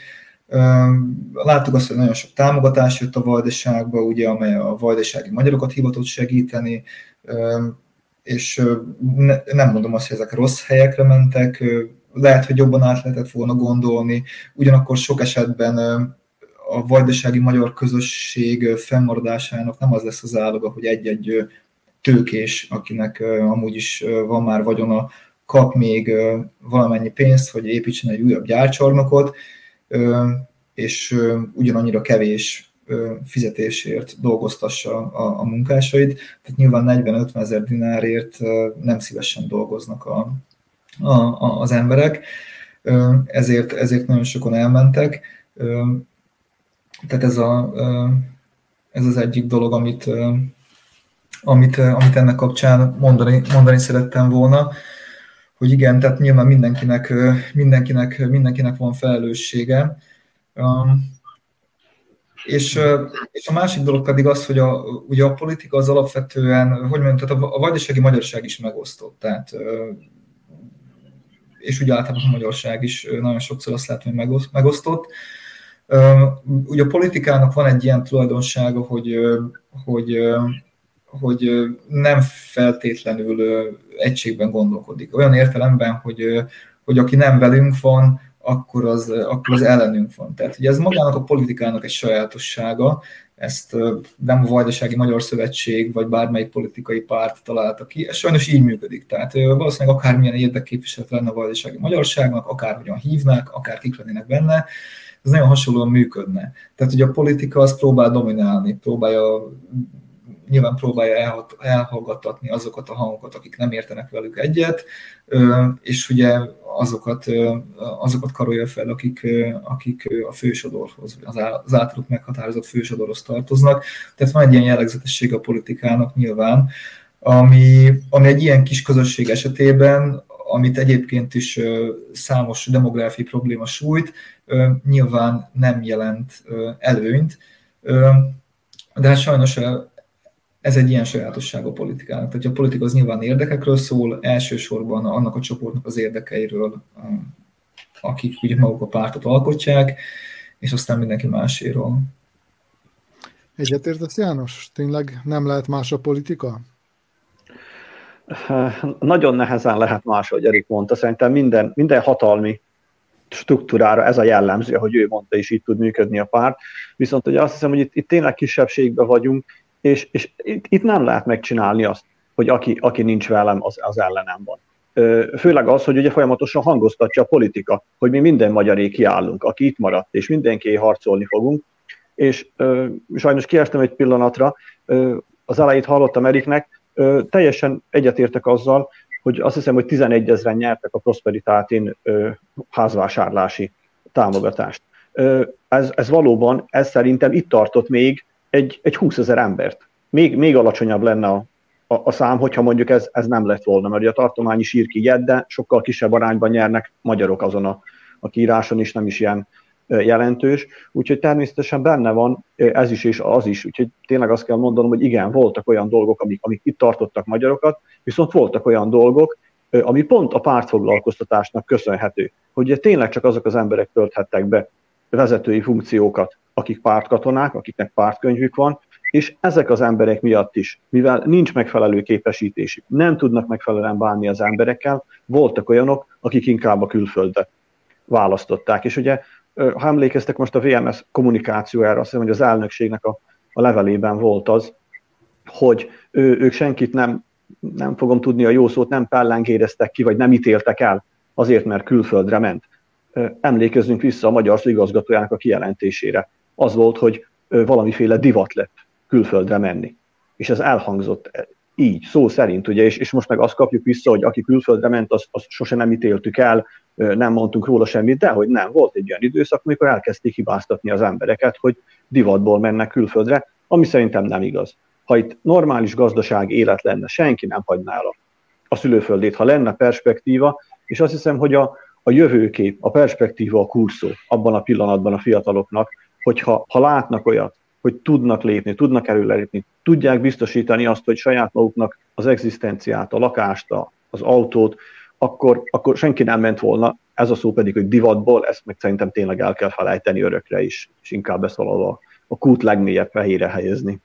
Láttuk azt, hogy nagyon sok támogatás jött a Vajdaságba, ugye, amely a vajdasági magyarokat hivatott segíteni. és ne, nem mondom azt, hogy ezek rossz helyekre mentek, lehet, hogy jobban át lehetett volna gondolni, ugyanakkor sok esetben a vajdasági magyar közösség fennmaradásának nem az lesz az áloga, hogy egy-egy tőkés, akinek amúgy is van már vagyona, kap még valamennyi pénzt, hogy építsen egy újabb gyárcsarnokot, és ugyanannyira kevés fizetésért dolgoztassa a, a munkásait. Tehát nyilván negyven-ötven ezer dinárért nem szívesen dolgoznak a, a, a, az emberek, ezért, ezért nagyon sokan elmentek. Tehát ez, a, ez az egyik dolog, amit, amit, amit ennek kapcsán mondani, mondani szerettem volna, hogy igen, tehát nyilván mindenkinek, mindenkinek, mindenkinek van felelőssége. És, és a másik dolog pedig az, hogy a, ugye a politika az alapvetően, hogy mondjam, tehát a, a vajdasági magyarság is megosztott, tehát, és ugye általában a magyarság is nagyon sokszor azt látom, hogy megosztott. Ugye a politikának van egy ilyen tulajdonsága, hogy, hogy, hogy nem feltétlenül egységben gondolkodik. Olyan értelemben, hogy, hogy aki nem velünk van, akkor az, akkor az ellenünk van. Tehát ugye ez magának a politikának egy sajátossága, ezt nem a Vajdasági Magyar Szövetség, vagy bármelyik politikai párt találta ki, ez sajnos így működik. Tehát valószínűleg akármilyen érdekképviselet lenne a vajdasági magyarságnak, akárhogyan hívnák, akár kik lennének benne, ez nagyon hasonlóan működne. Tehát ugye a politika az próbál dominálni, próbálja, nyilván próbálja elhallgattatni azokat a hangokat, akik nem értenek velük egyet, és ugye azokat, azokat karolja fel, akik, akik a fősodorhoz, az általuk meghatározott fősodorhoz tartoznak. Tehát van egy ilyen jellegzetesség a politikának nyilván, ami, ami egy ilyen kis közösség esetében, amit egyébként is számos demográfiai probléma sújt, nyilván nem jelent előnyt, de hát sajnos ez egy ilyen sajátosság a politikának. Tehát a politika az nyilván érdekekről szól, elsősorban annak a csoportnak az érdekeiről, akik ugye maguk a pártot alkotják, és aztán mindenki máséről. Egyetértesz, János? Tényleg nem lehet más a politika? Nagyon nehezen lehet más, ahogy Erik mondta. Szerintem minden, minden hatalmi struktúrára ez a jellemző, hogy ő mondta, és így tud működni a párt. Viszont ugye azt hiszem, hogy itt, itt tényleg kisebbségben vagyunk, és, és itt, itt nem lehet megcsinálni azt, hogy aki, aki nincs velem, az, az ellenem van. Főleg az, hogy ugye folyamatosan hangoztatja a politika, hogy mi minden magyaré kiállunk, aki itt maradt, és mindenki harcolni fogunk. És ö, sajnos kiestem egy pillanatra, ö, az elejét hallottam Eriknek, ö, teljesen egyetértek azzal, hogy azt hiszem, hogy tizenegyezren nyertek a Prosperitátin ö, házvásárlási támogatást. Ö, ez, ez valóban, ez szerintem itt tartott még egy, egy húszezer embert. Még, még alacsonyabb lenne a, a, a szám, hogyha mondjuk ez, ez nem lett volna, mert a tartomány is ír ki ilyet, de sokkal kisebb arányban nyernek magyarok azon a, a kiíráson is, nem is ilyen jelentős, úgyhogy természetesen benne van ez is és az is, úgyhogy tényleg azt kell mondanom, hogy igen, voltak olyan dolgok, amik, amik itt tartottak magyarokat, viszont voltak olyan dolgok, ami pont a pártfoglalkoztatásnak köszönhető, hogy tényleg csak azok az emberek tölthettek be vezetői funkciókat, akik pártkatonák, akiknek pártkönyvük van, és ezek az emberek miatt is, mivel nincs megfelelő képesítésük, nem tudnak megfelelően bánni az emberekkel, voltak olyanok, akik inkább a külföldre választották, és ugye ha emlékeztek most a vé em es kommunikációjára, azt hiszem, hogy az elnökségnek a, a levelében volt az, hogy ő, ők senkit nem, nem fogom tudni a jó szót, nem pellengéreztek ki, vagy nem ítéltek el azért, mert külföldre ment. Emlékezzünk vissza a magyar igazgatójának a kijelentésére. Az volt, hogy valamiféle divat lett külföldre menni. És ez elhangzott így, szó szerint, ugye, és, és most meg azt kapjuk vissza, hogy aki külföldre ment, azt, azt sose nem ítéltük el, nem mondtunk róla semmit, de hogy nem, volt egy olyan időszak, amikor elkezdték hibáztatni az embereket, hogy divatból mennek külföldre, ami szerintem nem igaz. Ha itt normális gazdaság élet lenne, senki nem hagyná el a, a szülőföldét, ha lenne perspektíva, és azt hiszem, hogy a, a jövőkép, a perspektíva a kurszó abban a pillanatban a fiataloknak, hogyha ha látnak olyat, hogy tudnak lépni, tudnak előrelépni, tudják biztosítani azt, hogy saját maguknak az egzisztenciát, a lakást, az autót, akkor, akkor senki nem ment volna, ez a szó pedig, hogy divatból, ezt meg szerintem tényleg el kell felejteni örökre is, és inkább ezt valahol a, a kút legmélyebb fehére helyezni.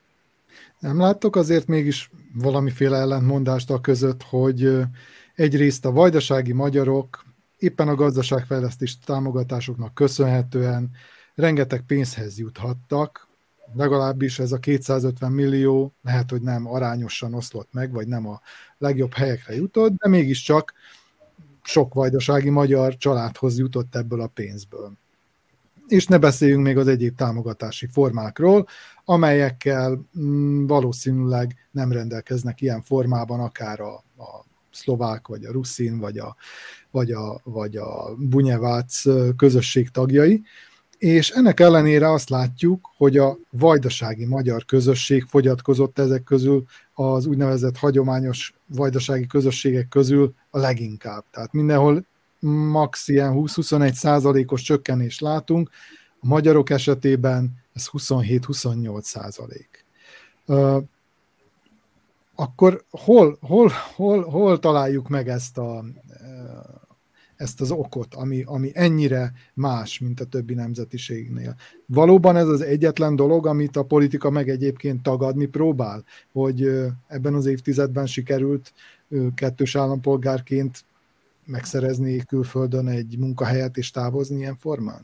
Nem láttok azért mégis valamiféle ellentmondást a között, hogy egyrészt a vajdasági magyarok éppen a gazdaságfejlesztés támogatásoknak köszönhetően rengeteg pénzhez juthattak, legalábbis ez a kétszázötven millió, lehet, hogy nem arányosan oszlott meg, vagy nem a legjobb helyekre jutott, de mégiscsak sok vajdasági magyar családhoz jutott ebből a pénzből. És ne beszéljünk még az egyéb támogatási formákról, amelyekkel valószínűleg nem rendelkeznek ilyen formában akár a, a szlovák, vagy a ruszin, vagy a, vagy a, vagy a bunyevác közösség tagjai. És ennek ellenére azt látjuk, hogy a vajdasági magyar közösség fogyatkozott ezek közül az úgynevezett hagyományos vajdasági közösségek közül a leginkább. Tehát mindenhol max. Ilyen húsz-huszonegy százalékos csökkenést látunk, a magyarok esetében ez huszonhét-huszonnyolc százalék. Uh, akkor hol, hol, hol, hol találjuk meg ezt, a, ezt az okot, ami, ami ennyire más, mint a többi nemzetiségnél? Valóban ez az egyetlen dolog, amit a politika meg egyébként tagadni próbál, hogy ebben az évtizedben sikerült kettős állampolgárként megszerezni külföldön egy munkahelyet és távozni ilyen formán?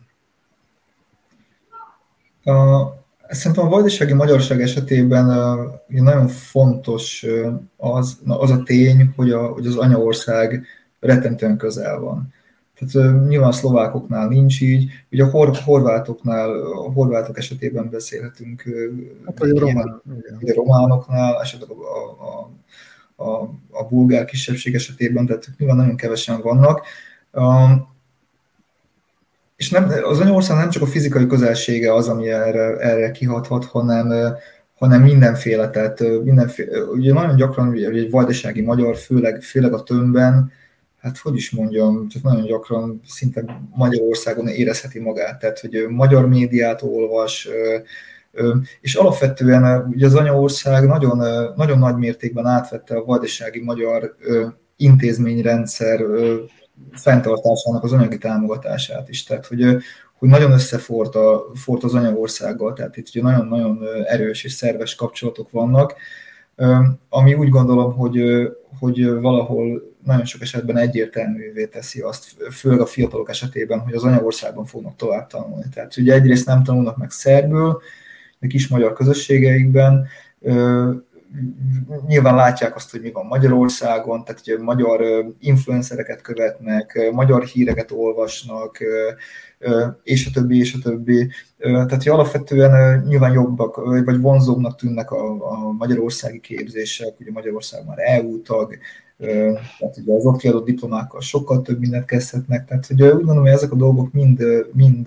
Uh, szerintem a vajdasági magyarság esetében uh, nagyon fontos uh, az, az a tény, hogy, a, hogy az anyaország rettentően közel van. Tehát uh, nyilván a szlovákoknál nincs így, ugye a hor, horvátoknál, a horvátok esetében beszélhetünk uh, hát, a, román, a románoknál, esetleg a, a, a, a bulgár kisebbség esetében, tehát nyilván nagyon kevesen vannak. Um, és nem, az anyaország nem csak a fizikai közelsége az, ami erre, erre kihathat, hanem, hanem mindenféle, tehát mindenféle, ugye nagyon gyakran ugye egy vajdasági magyar, főleg, főleg a tömbben, hát hogy is mondjam, tehát nagyon gyakran szinte Magyarországon érezheti magát, tehát hogy magyar médiát olvas, és alapvetően ugye az anyaország nagyon, nagyon nagy mértékben átvette a vajdasági magyar intézményrendszer fenntartásának az anyagi támogatását is. Tehát, hogy, hogy nagyon összefort a, fort az anyaországgal, tehát itt ugye nagyon-nagyon erős és szerves kapcsolatok vannak, ami úgy gondolom, hogy, hogy valahol nagyon sok esetben egyértelművé teszi azt, főleg a fiatalok esetében, hogy az anyaországban fognak tovább tanulni. Tehát ugye egyrészt nem tanulnak meg szerbül, a kis magyar közösségeikben, nyilván látják azt, hogy mi van Magyarországon, tehát ugye magyar influencereket követnek, magyar híreket olvasnak, és a többi, és a többi. Tehát hogy alapvetően nyilván jobbak, vagy vonzóbbnak tűnnek a, a magyarországi képzések, ugye Magyarország már é u tag, tehát ugye az ott kiadott diplomákkal sokkal több mindent kezdhetnek, tehát ugye úgy gondolom, hogy ezek a dolgok mind, mind,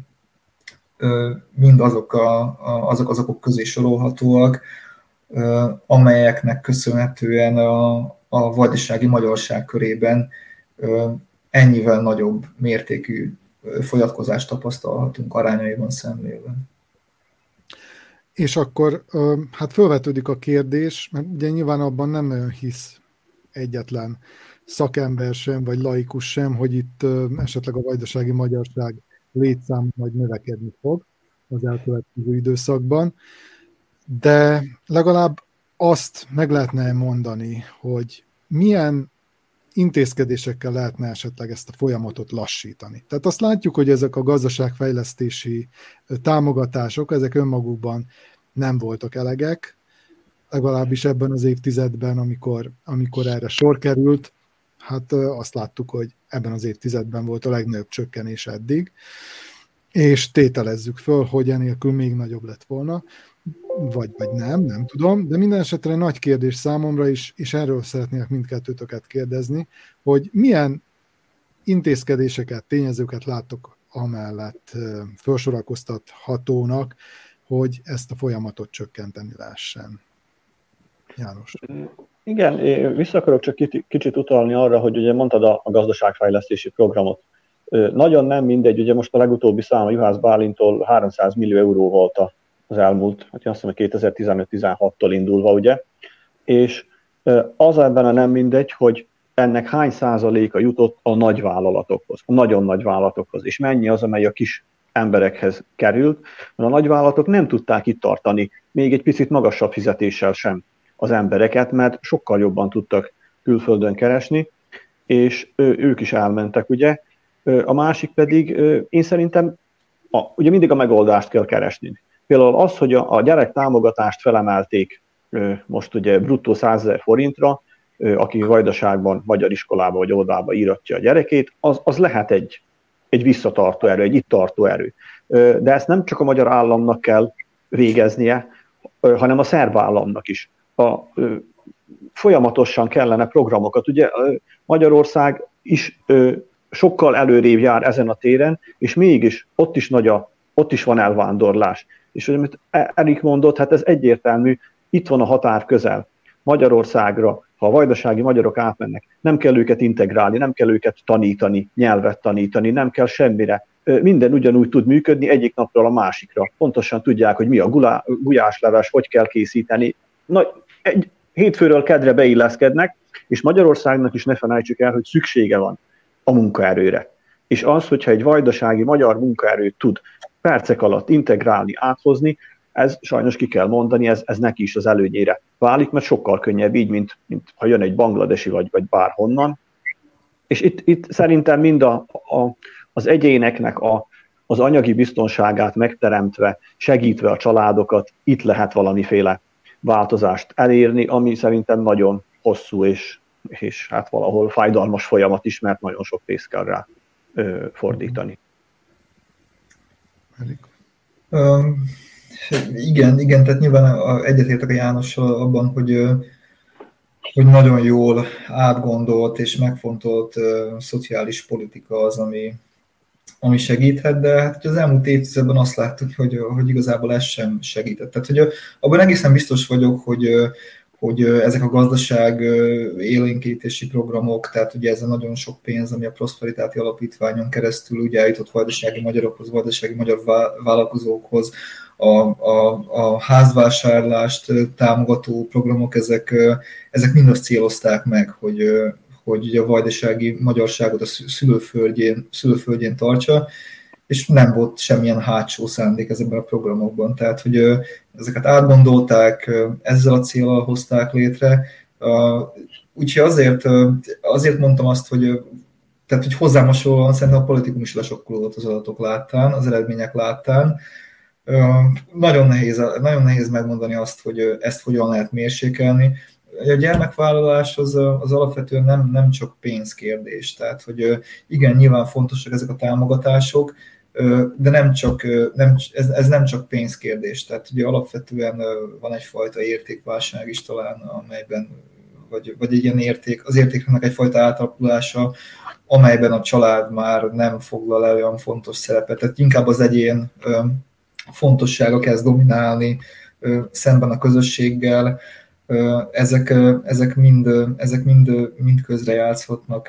mind azok, a, azok az okok közé sorolhatóak, amelyeknek köszönhetően a, a vajdasági magyarság körében ennyivel nagyobb mértékű fogyatkozást tapasztalhatunk arányaiban szemlélve. És akkor hát felvetődik a kérdés, mert ugye nyilván abban nem nagyon hisz egyetlen szakember sem, vagy laikus sem, hogy itt esetleg a vajdasági magyarság létszám majd növekedni fog az elkövetkező időszakban. De legalább azt meg lehetne mondani, hogy milyen intézkedésekkel lehetne esetleg ezt a folyamatot lassítani. Tehát azt látjuk, hogy ezek a gazdaságfejlesztési támogatások, ezek önmagukban nem voltak elegek, legalábbis ebben az évtizedben, amikor, amikor erre sor került, hát azt láttuk, hogy ebben az évtizedben volt a legnagyobb csökkenés eddig, és tételezzük föl, hogy enélkül még nagyobb lett volna, vagy, vagy nem, nem tudom, de minden esetre nagy kérdés számomra is, és erről szeretnék mindkettőtöket kérdezni, hogy milyen intézkedéseket, tényezőket láttok amellett felsorakoztathatónak, hogy ezt a folyamatot csökkenteni lehessen. János. Igen, én vissza akarok csak kicsit utalni arra, hogy ugye mondtad a, a gazdaságfejlesztési programot. Nagyon nem mindegy, ugye most a legutóbbi szám a Juhász Bálintól háromszáz millió euró volt az elmúlt, hát azt hiszem, hogy kétezer-tizenöt-tizenhattól indulva, ugye, és az ebben a nem mindegy, hogy ennek hány százaléka jutott a nagyvállalatokhoz, a nagyon nagy vállalatokhoz, és mennyi az, amely a kis emberekhez került, mert a nagyvállalatok nem tudták itt tartani még egy picit magasabb fizetéssel sem az embereket, mert sokkal jobban tudtak külföldön keresni, és ők is elmentek, ugye. A másik pedig, én szerintem, a, ugye mindig a megoldást kell keresni. Például az, hogy a, a gyerek támogatást felemelték most ugye bruttó százezer forintra, aki Vajdaságban, magyar iskolába vagy óvodába íratja a gyerekét, az, az lehet egy, egy visszatartó erő, egy itt tartó erő. De ezt nem csak a magyar államnak kell végeznie, hanem a szerb államnak is. A, folyamatosan kellene programokat. Ugye Magyarország is sokkal előrébb jár ezen a téren, és mégis ott is, nagy a, ott is van elvándorlás. És amit Erik mondott, hát ez egyértelmű, itt van a határ közel. Magyarországra, ha a vajdasági magyarok átmennek, nem kell őket integrálni, nem kell őket tanítani, nyelvet tanítani, nem kell semmire. Minden ugyanúgy tud működni egyik napról a másikra. Pontosan tudják, hogy mi a gulá, gulyásleves, hogy kell készíteni. Na, egy hétfőről kedre beilleszkednek, és Magyarországnak is ne felejtsük el, hogy szüksége van a munkaerőre. És az, hogyha egy vajdasági magyar munkaerőt tud percek alatt integrálni, áthozni, ez sajnos ki kell mondani, ez, ez neki is az előnyére válik, mert sokkal könnyebb így, mint, mint ha jön egy bangladesi vagy, vagy bárhonnan. És itt, itt szerintem mind a, a, az egyéneknek a, az anyagi biztonságát megteremtve, segítve a családokat, itt lehet valamiféle változást elérni, ami szerintem nagyon hosszú és, és hát valahol fájdalmas folyamat is, mert nagyon sok pénzt kell rá ö, fordítani. Um, igen, igen, tehát nyilván egyetértek a Jánossal abban, hogy, hogy nagyon jól átgondolt és megfontolt uh, szociális politika az, ami, ami segíthet, de hát az elmúlt évtizedben azt láttuk, hogy, hogy igazából ez sem segített. Tehát, hogy abban egészen biztos vagyok, hogy, hogy ezek a gazdaság élénkítési programok, tehát ugye ez a nagyon sok pénz, ami a Prosperitáti Alapítványon keresztül ugye eljutott vajdasági magyarokhoz, vajdasági magyar vállalkozókhoz, a, a, a házvásárlást támogató programok, ezek, ezek mind azt célozták meg, hogy, hogy ugye a vajdasági magyarságot a szülőföldjén, szülőföldjén tartsa, és nem volt semmilyen hátsó szándék ezekben a programokban. Tehát, hogy ezeket átgondolták, ezzel a céllal hozták létre. Úgyhogy azért, azért mondtam azt, hogy, tehát, hogy hozzám hasonlóan szerintem a politikum is lesokkolódott az adatok láttán, az eredmények láttán. Nagyon nehéz, nagyon nehéz megmondani azt, hogy ezt hogyan lehet mérsékelni. A gyermekvállalás az, az alapvetően nem, nem csak pénzkérdés, tehát hogy igen, nyilván fontosak ezek a támogatások, de nem csak, nem, ez, ez nem csak pénzkérdés, tehát ugye alapvetően van egyfajta értékválság is talán, amelyben, vagy, vagy egy ilyen érték, az értéknek egyfajta átalakulása, amelyben a család már nem foglal el olyan fontos szerepet, tehát inkább az egyén fontossága kezd dominálni szemben a közösséggel. Ezek, ezek, mind, ezek mind, mind közrejátszhatnak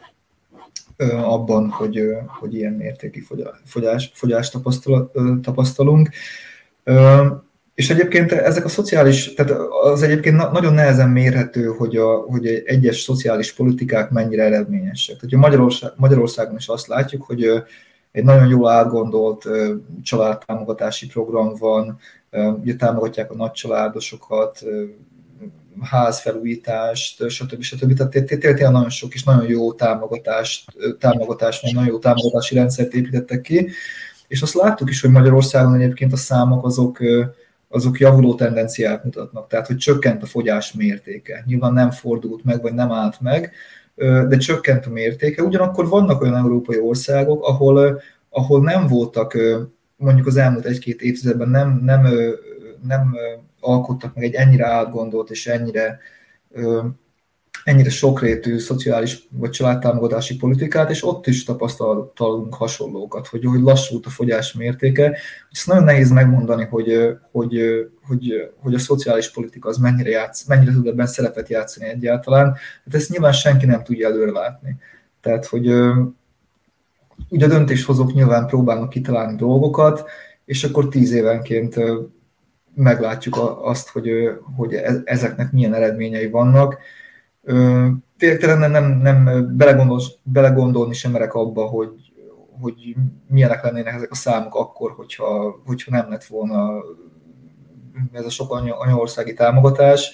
abban, hogy, hogy ilyen mértékű fogyás, fogyást tapasztalunk. És egyébként ezek a szociális, tehát az egyébként nagyon nehezen mérhető, hogy, a, hogy egyes szociális politikák mennyire eredményesek. Tehát Magyarország, Magyarországon is azt látjuk, hogy egy nagyon jól átgondolt családtámogatási program van, ugye támogatják a nagycsaládosokat, házfelújítást, stb. stb. Tehát tényleg nagyon sok és nagyon jó támogatást, támogatást, nagyon jó támogatási rendszert építettek ki, és azt láttuk is, hogy Magyarországon egyébként a számok azok, azok javuló tendenciát mutatnak, tehát hogy csökkent a fogyás mértéke. Nyilván nem fordult meg, vagy nem állt meg, de csökkent a mértéke. Ugyanakkor vannak olyan európai országok, ahol, ahol nem voltak, mondjuk az elmúlt egy-két évtizedben nem, nem, nem alkottak meg egy ennyire átgondolt és ennyire, ennyire sokrétű szociális vagy családtámogatási politikát, és ott is tapasztalunk hasonlókat, hogy, hogy lassult a fogyás mértéke. Ezt nagyon nehéz megmondani, hogy, hogy, hogy, hogy a szociális politika az mennyire, játsz, mennyire tud ebben szerepet játszani egyáltalán. Hát ezt nyilván senki nem tudja előre látni. Tehát, hogy ugye a döntéshozók nyilván próbálnak kitalálni dolgokat, és akkor tíz évenként meglátjuk azt, hogy, hogy ezeknek milyen eredményei vannak. Tényleg nem, nem, nem belegondol, belegondolni sem merek abba, hogy, hogy milyenek lennének ezek a számok akkor, hogyha, hogyha nem lett volna ez a sok anyaországi támogatás.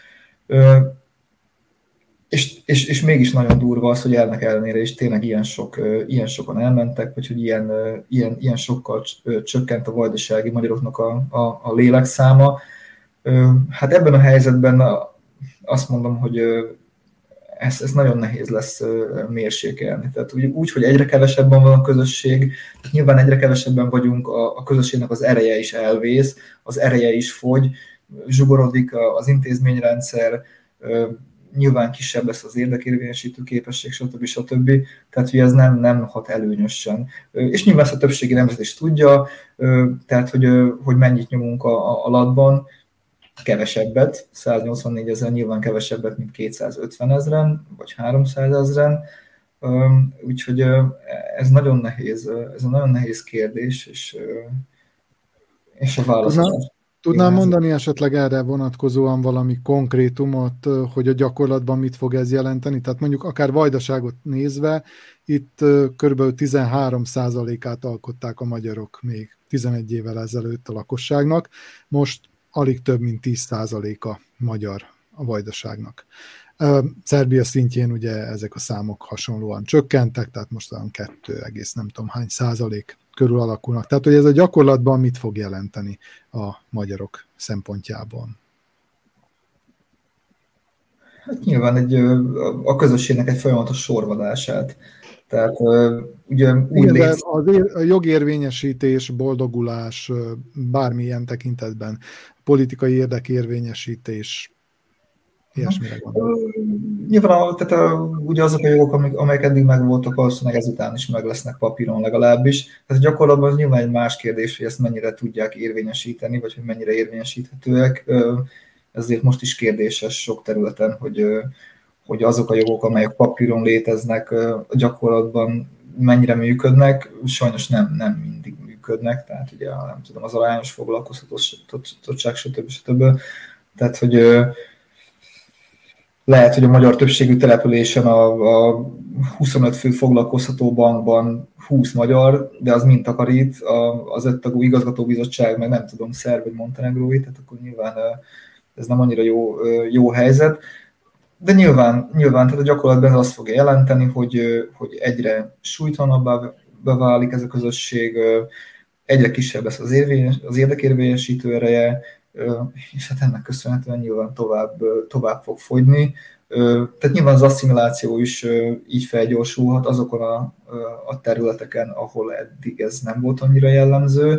És, és, és mégis nagyon durva az, hogy ennek ellenére is tényleg ilyen, sok, ilyen sokan elmentek, vagy hogy ilyen, ilyen, ilyen sokkal csökkent a vajdasági magyaroknak a, a, a lélekszáma. Hát ebben a helyzetben azt mondom, hogy ezt, ezt nagyon nehéz lesz mérsékelni. Tehát úgy, úgy, hogy egyre kevesebben van a közösség, tehát nyilván egyre kevesebben vagyunk, a, a közösségnek az ereje is elvész, az ereje is fogy, zsugorodik az intézményrendszer, nyilván kisebb lesz az érdekérvényesítő képesség, stb. stb. Tehát, hogy ez nem, nem hat előnyösen. És nyilván ezt a többségi nemzet is tudja, tehát, hogy, hogy mennyit nyomunk a, a latban, kevesebbet, száznyolcvannégy ezer nyilván kevesebbet, mint kétszázötven ezren, vagy háromszáz ezren, úgyhogy ez nagyon nehéz, ez egy nagyon nehéz kérdés, és, és a választás. Tudnám mondani esetleg erre vonatkozóan valami konkrétumot, hogy a gyakorlatban mit fog ez jelenteni? Tehát mondjuk akár Vajdaságot nézve, itt kb. tizenhárom százalékát alkották a magyarok még tizenegy évvel ezelőtt a lakosságnak, most alig több mint tíz százaléka magyar a Vajdaságnak. Szerbia szintjén ugye ezek a számok hasonlóan csökkentek, tehát most olyan kettő egész nem tudom hány százalék körül alakulnak. Tehát, hogy ez a gyakorlatban mit fog jelenteni a magyarok szempontjából? Hát nyilván egy, a közösségnek egy folyamatos sorvadását. Tehát ugye úgy Igen, létsz... a jogérvényesítés, boldogulás, bármilyen tekintetben, politikai érdekérvényesítés, ilyesmire gondolom. Nyilván tehát a, ugye azok a jogok, amik, amelyek eddig megvoltak, valószínűleg ezután is meg lesznek papíron legalábbis. Tehát gyakorlatban az nyilván egy más kérdés, hogy ezt mennyire tudják érvényesíteni, vagy hogy mennyire érvényesíthetőek. Ezért most is kérdéses sok területen, hogy, hogy azok a jogok, amelyek papíron léteznek, a gyakorlatban mennyire működnek, sajnos nem, nem mindig működnek. Tehát ugye nem tudom, az arányos foglalkoztatottság, stb. stb. Tehát, hogy lehet, hogy a magyar többségű településen a, a huszonöt fő foglalkoztató bankban húsz magyar, de az mind takarít, az öttagú igazgatóbizottság, meg nem tudom, szerb vagy montenegrói, tehát akkor nyilván ez nem annyira jó, jó helyzet. De nyilván, nyilván tehát a gyakorlatban ez azt fogja jelenteni, hogy, hogy egyre súlytalanabbá válik ez a közösség, egyre kisebb lesz az, érvényes, az érdekérvényesítő ereje, és hát ennek köszönhetően nyilván tovább, tovább fog fogyni. Tehát nyilván az asszimiláció is így felgyorsulhat azokon a, a területeken, ahol eddig ez nem volt annyira jellemző.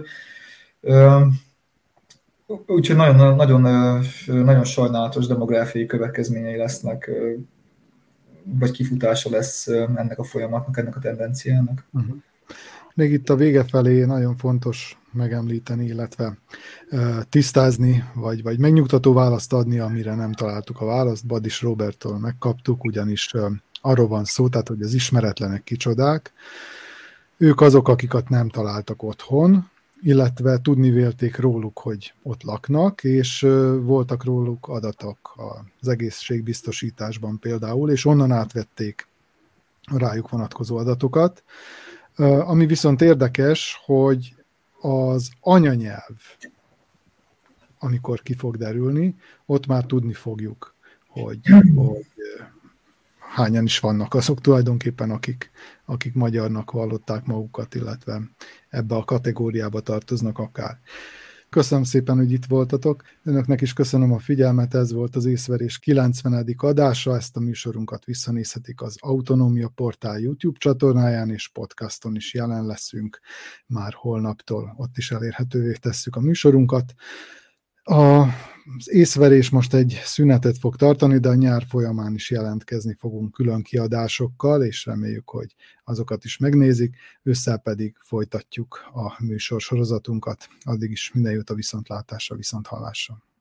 Úgyhogy nagyon, nagyon, nagyon sajnálatos demográfiai következményei lesznek, vagy kifutása lesz ennek a folyamatnak, ennek a tendenciának. Uh-huh. Még itt a vége felé nagyon fontos megemlíteni, illetve tisztázni, vagy, vagy megnyugtató választ adni, amire nem találtuk a választ. Badis Roberttől megkaptuk, ugyanis arról van szó, tehát, hogy az ismeretlenek kicsodák. Ők azok, akiket nem találtak otthon, illetve tudni vélték róluk, hogy ott laknak, és voltak róluk adatok az egészségbiztosításban például, és onnan átvették a rájuk vonatkozó adatokat. Ami viszont érdekes, hogy az anyanyelv, amikor ki fog derülni, ott már tudni fogjuk, hogy, hogy hányan is vannak azok tulajdonképpen, akik, akik magyarnak vallották magukat, illetve ebbe a kategóriába tartoznak akár. Köszönöm szépen, hogy itt voltatok. Önöknek is köszönöm a figyelmet, ez volt az Észverés kilencvenedik adása, ezt a műsorunkat visszanézhetik az Autonómia Portál YouTube csatornáján, és podcaston is jelen leszünk már holnaptól, ott is elérhetővé tesszük a műsorunkat. A Az észverés most egy szünetet fog tartani, de a nyár folyamán is jelentkezni fogunk külön kiadásokkal, és reméljük, hogy azokat is megnézik, ősszel pedig folytatjuk a műsor sorozatunkat. Addig is minden jót a viszontlátásra, viszonthallásra.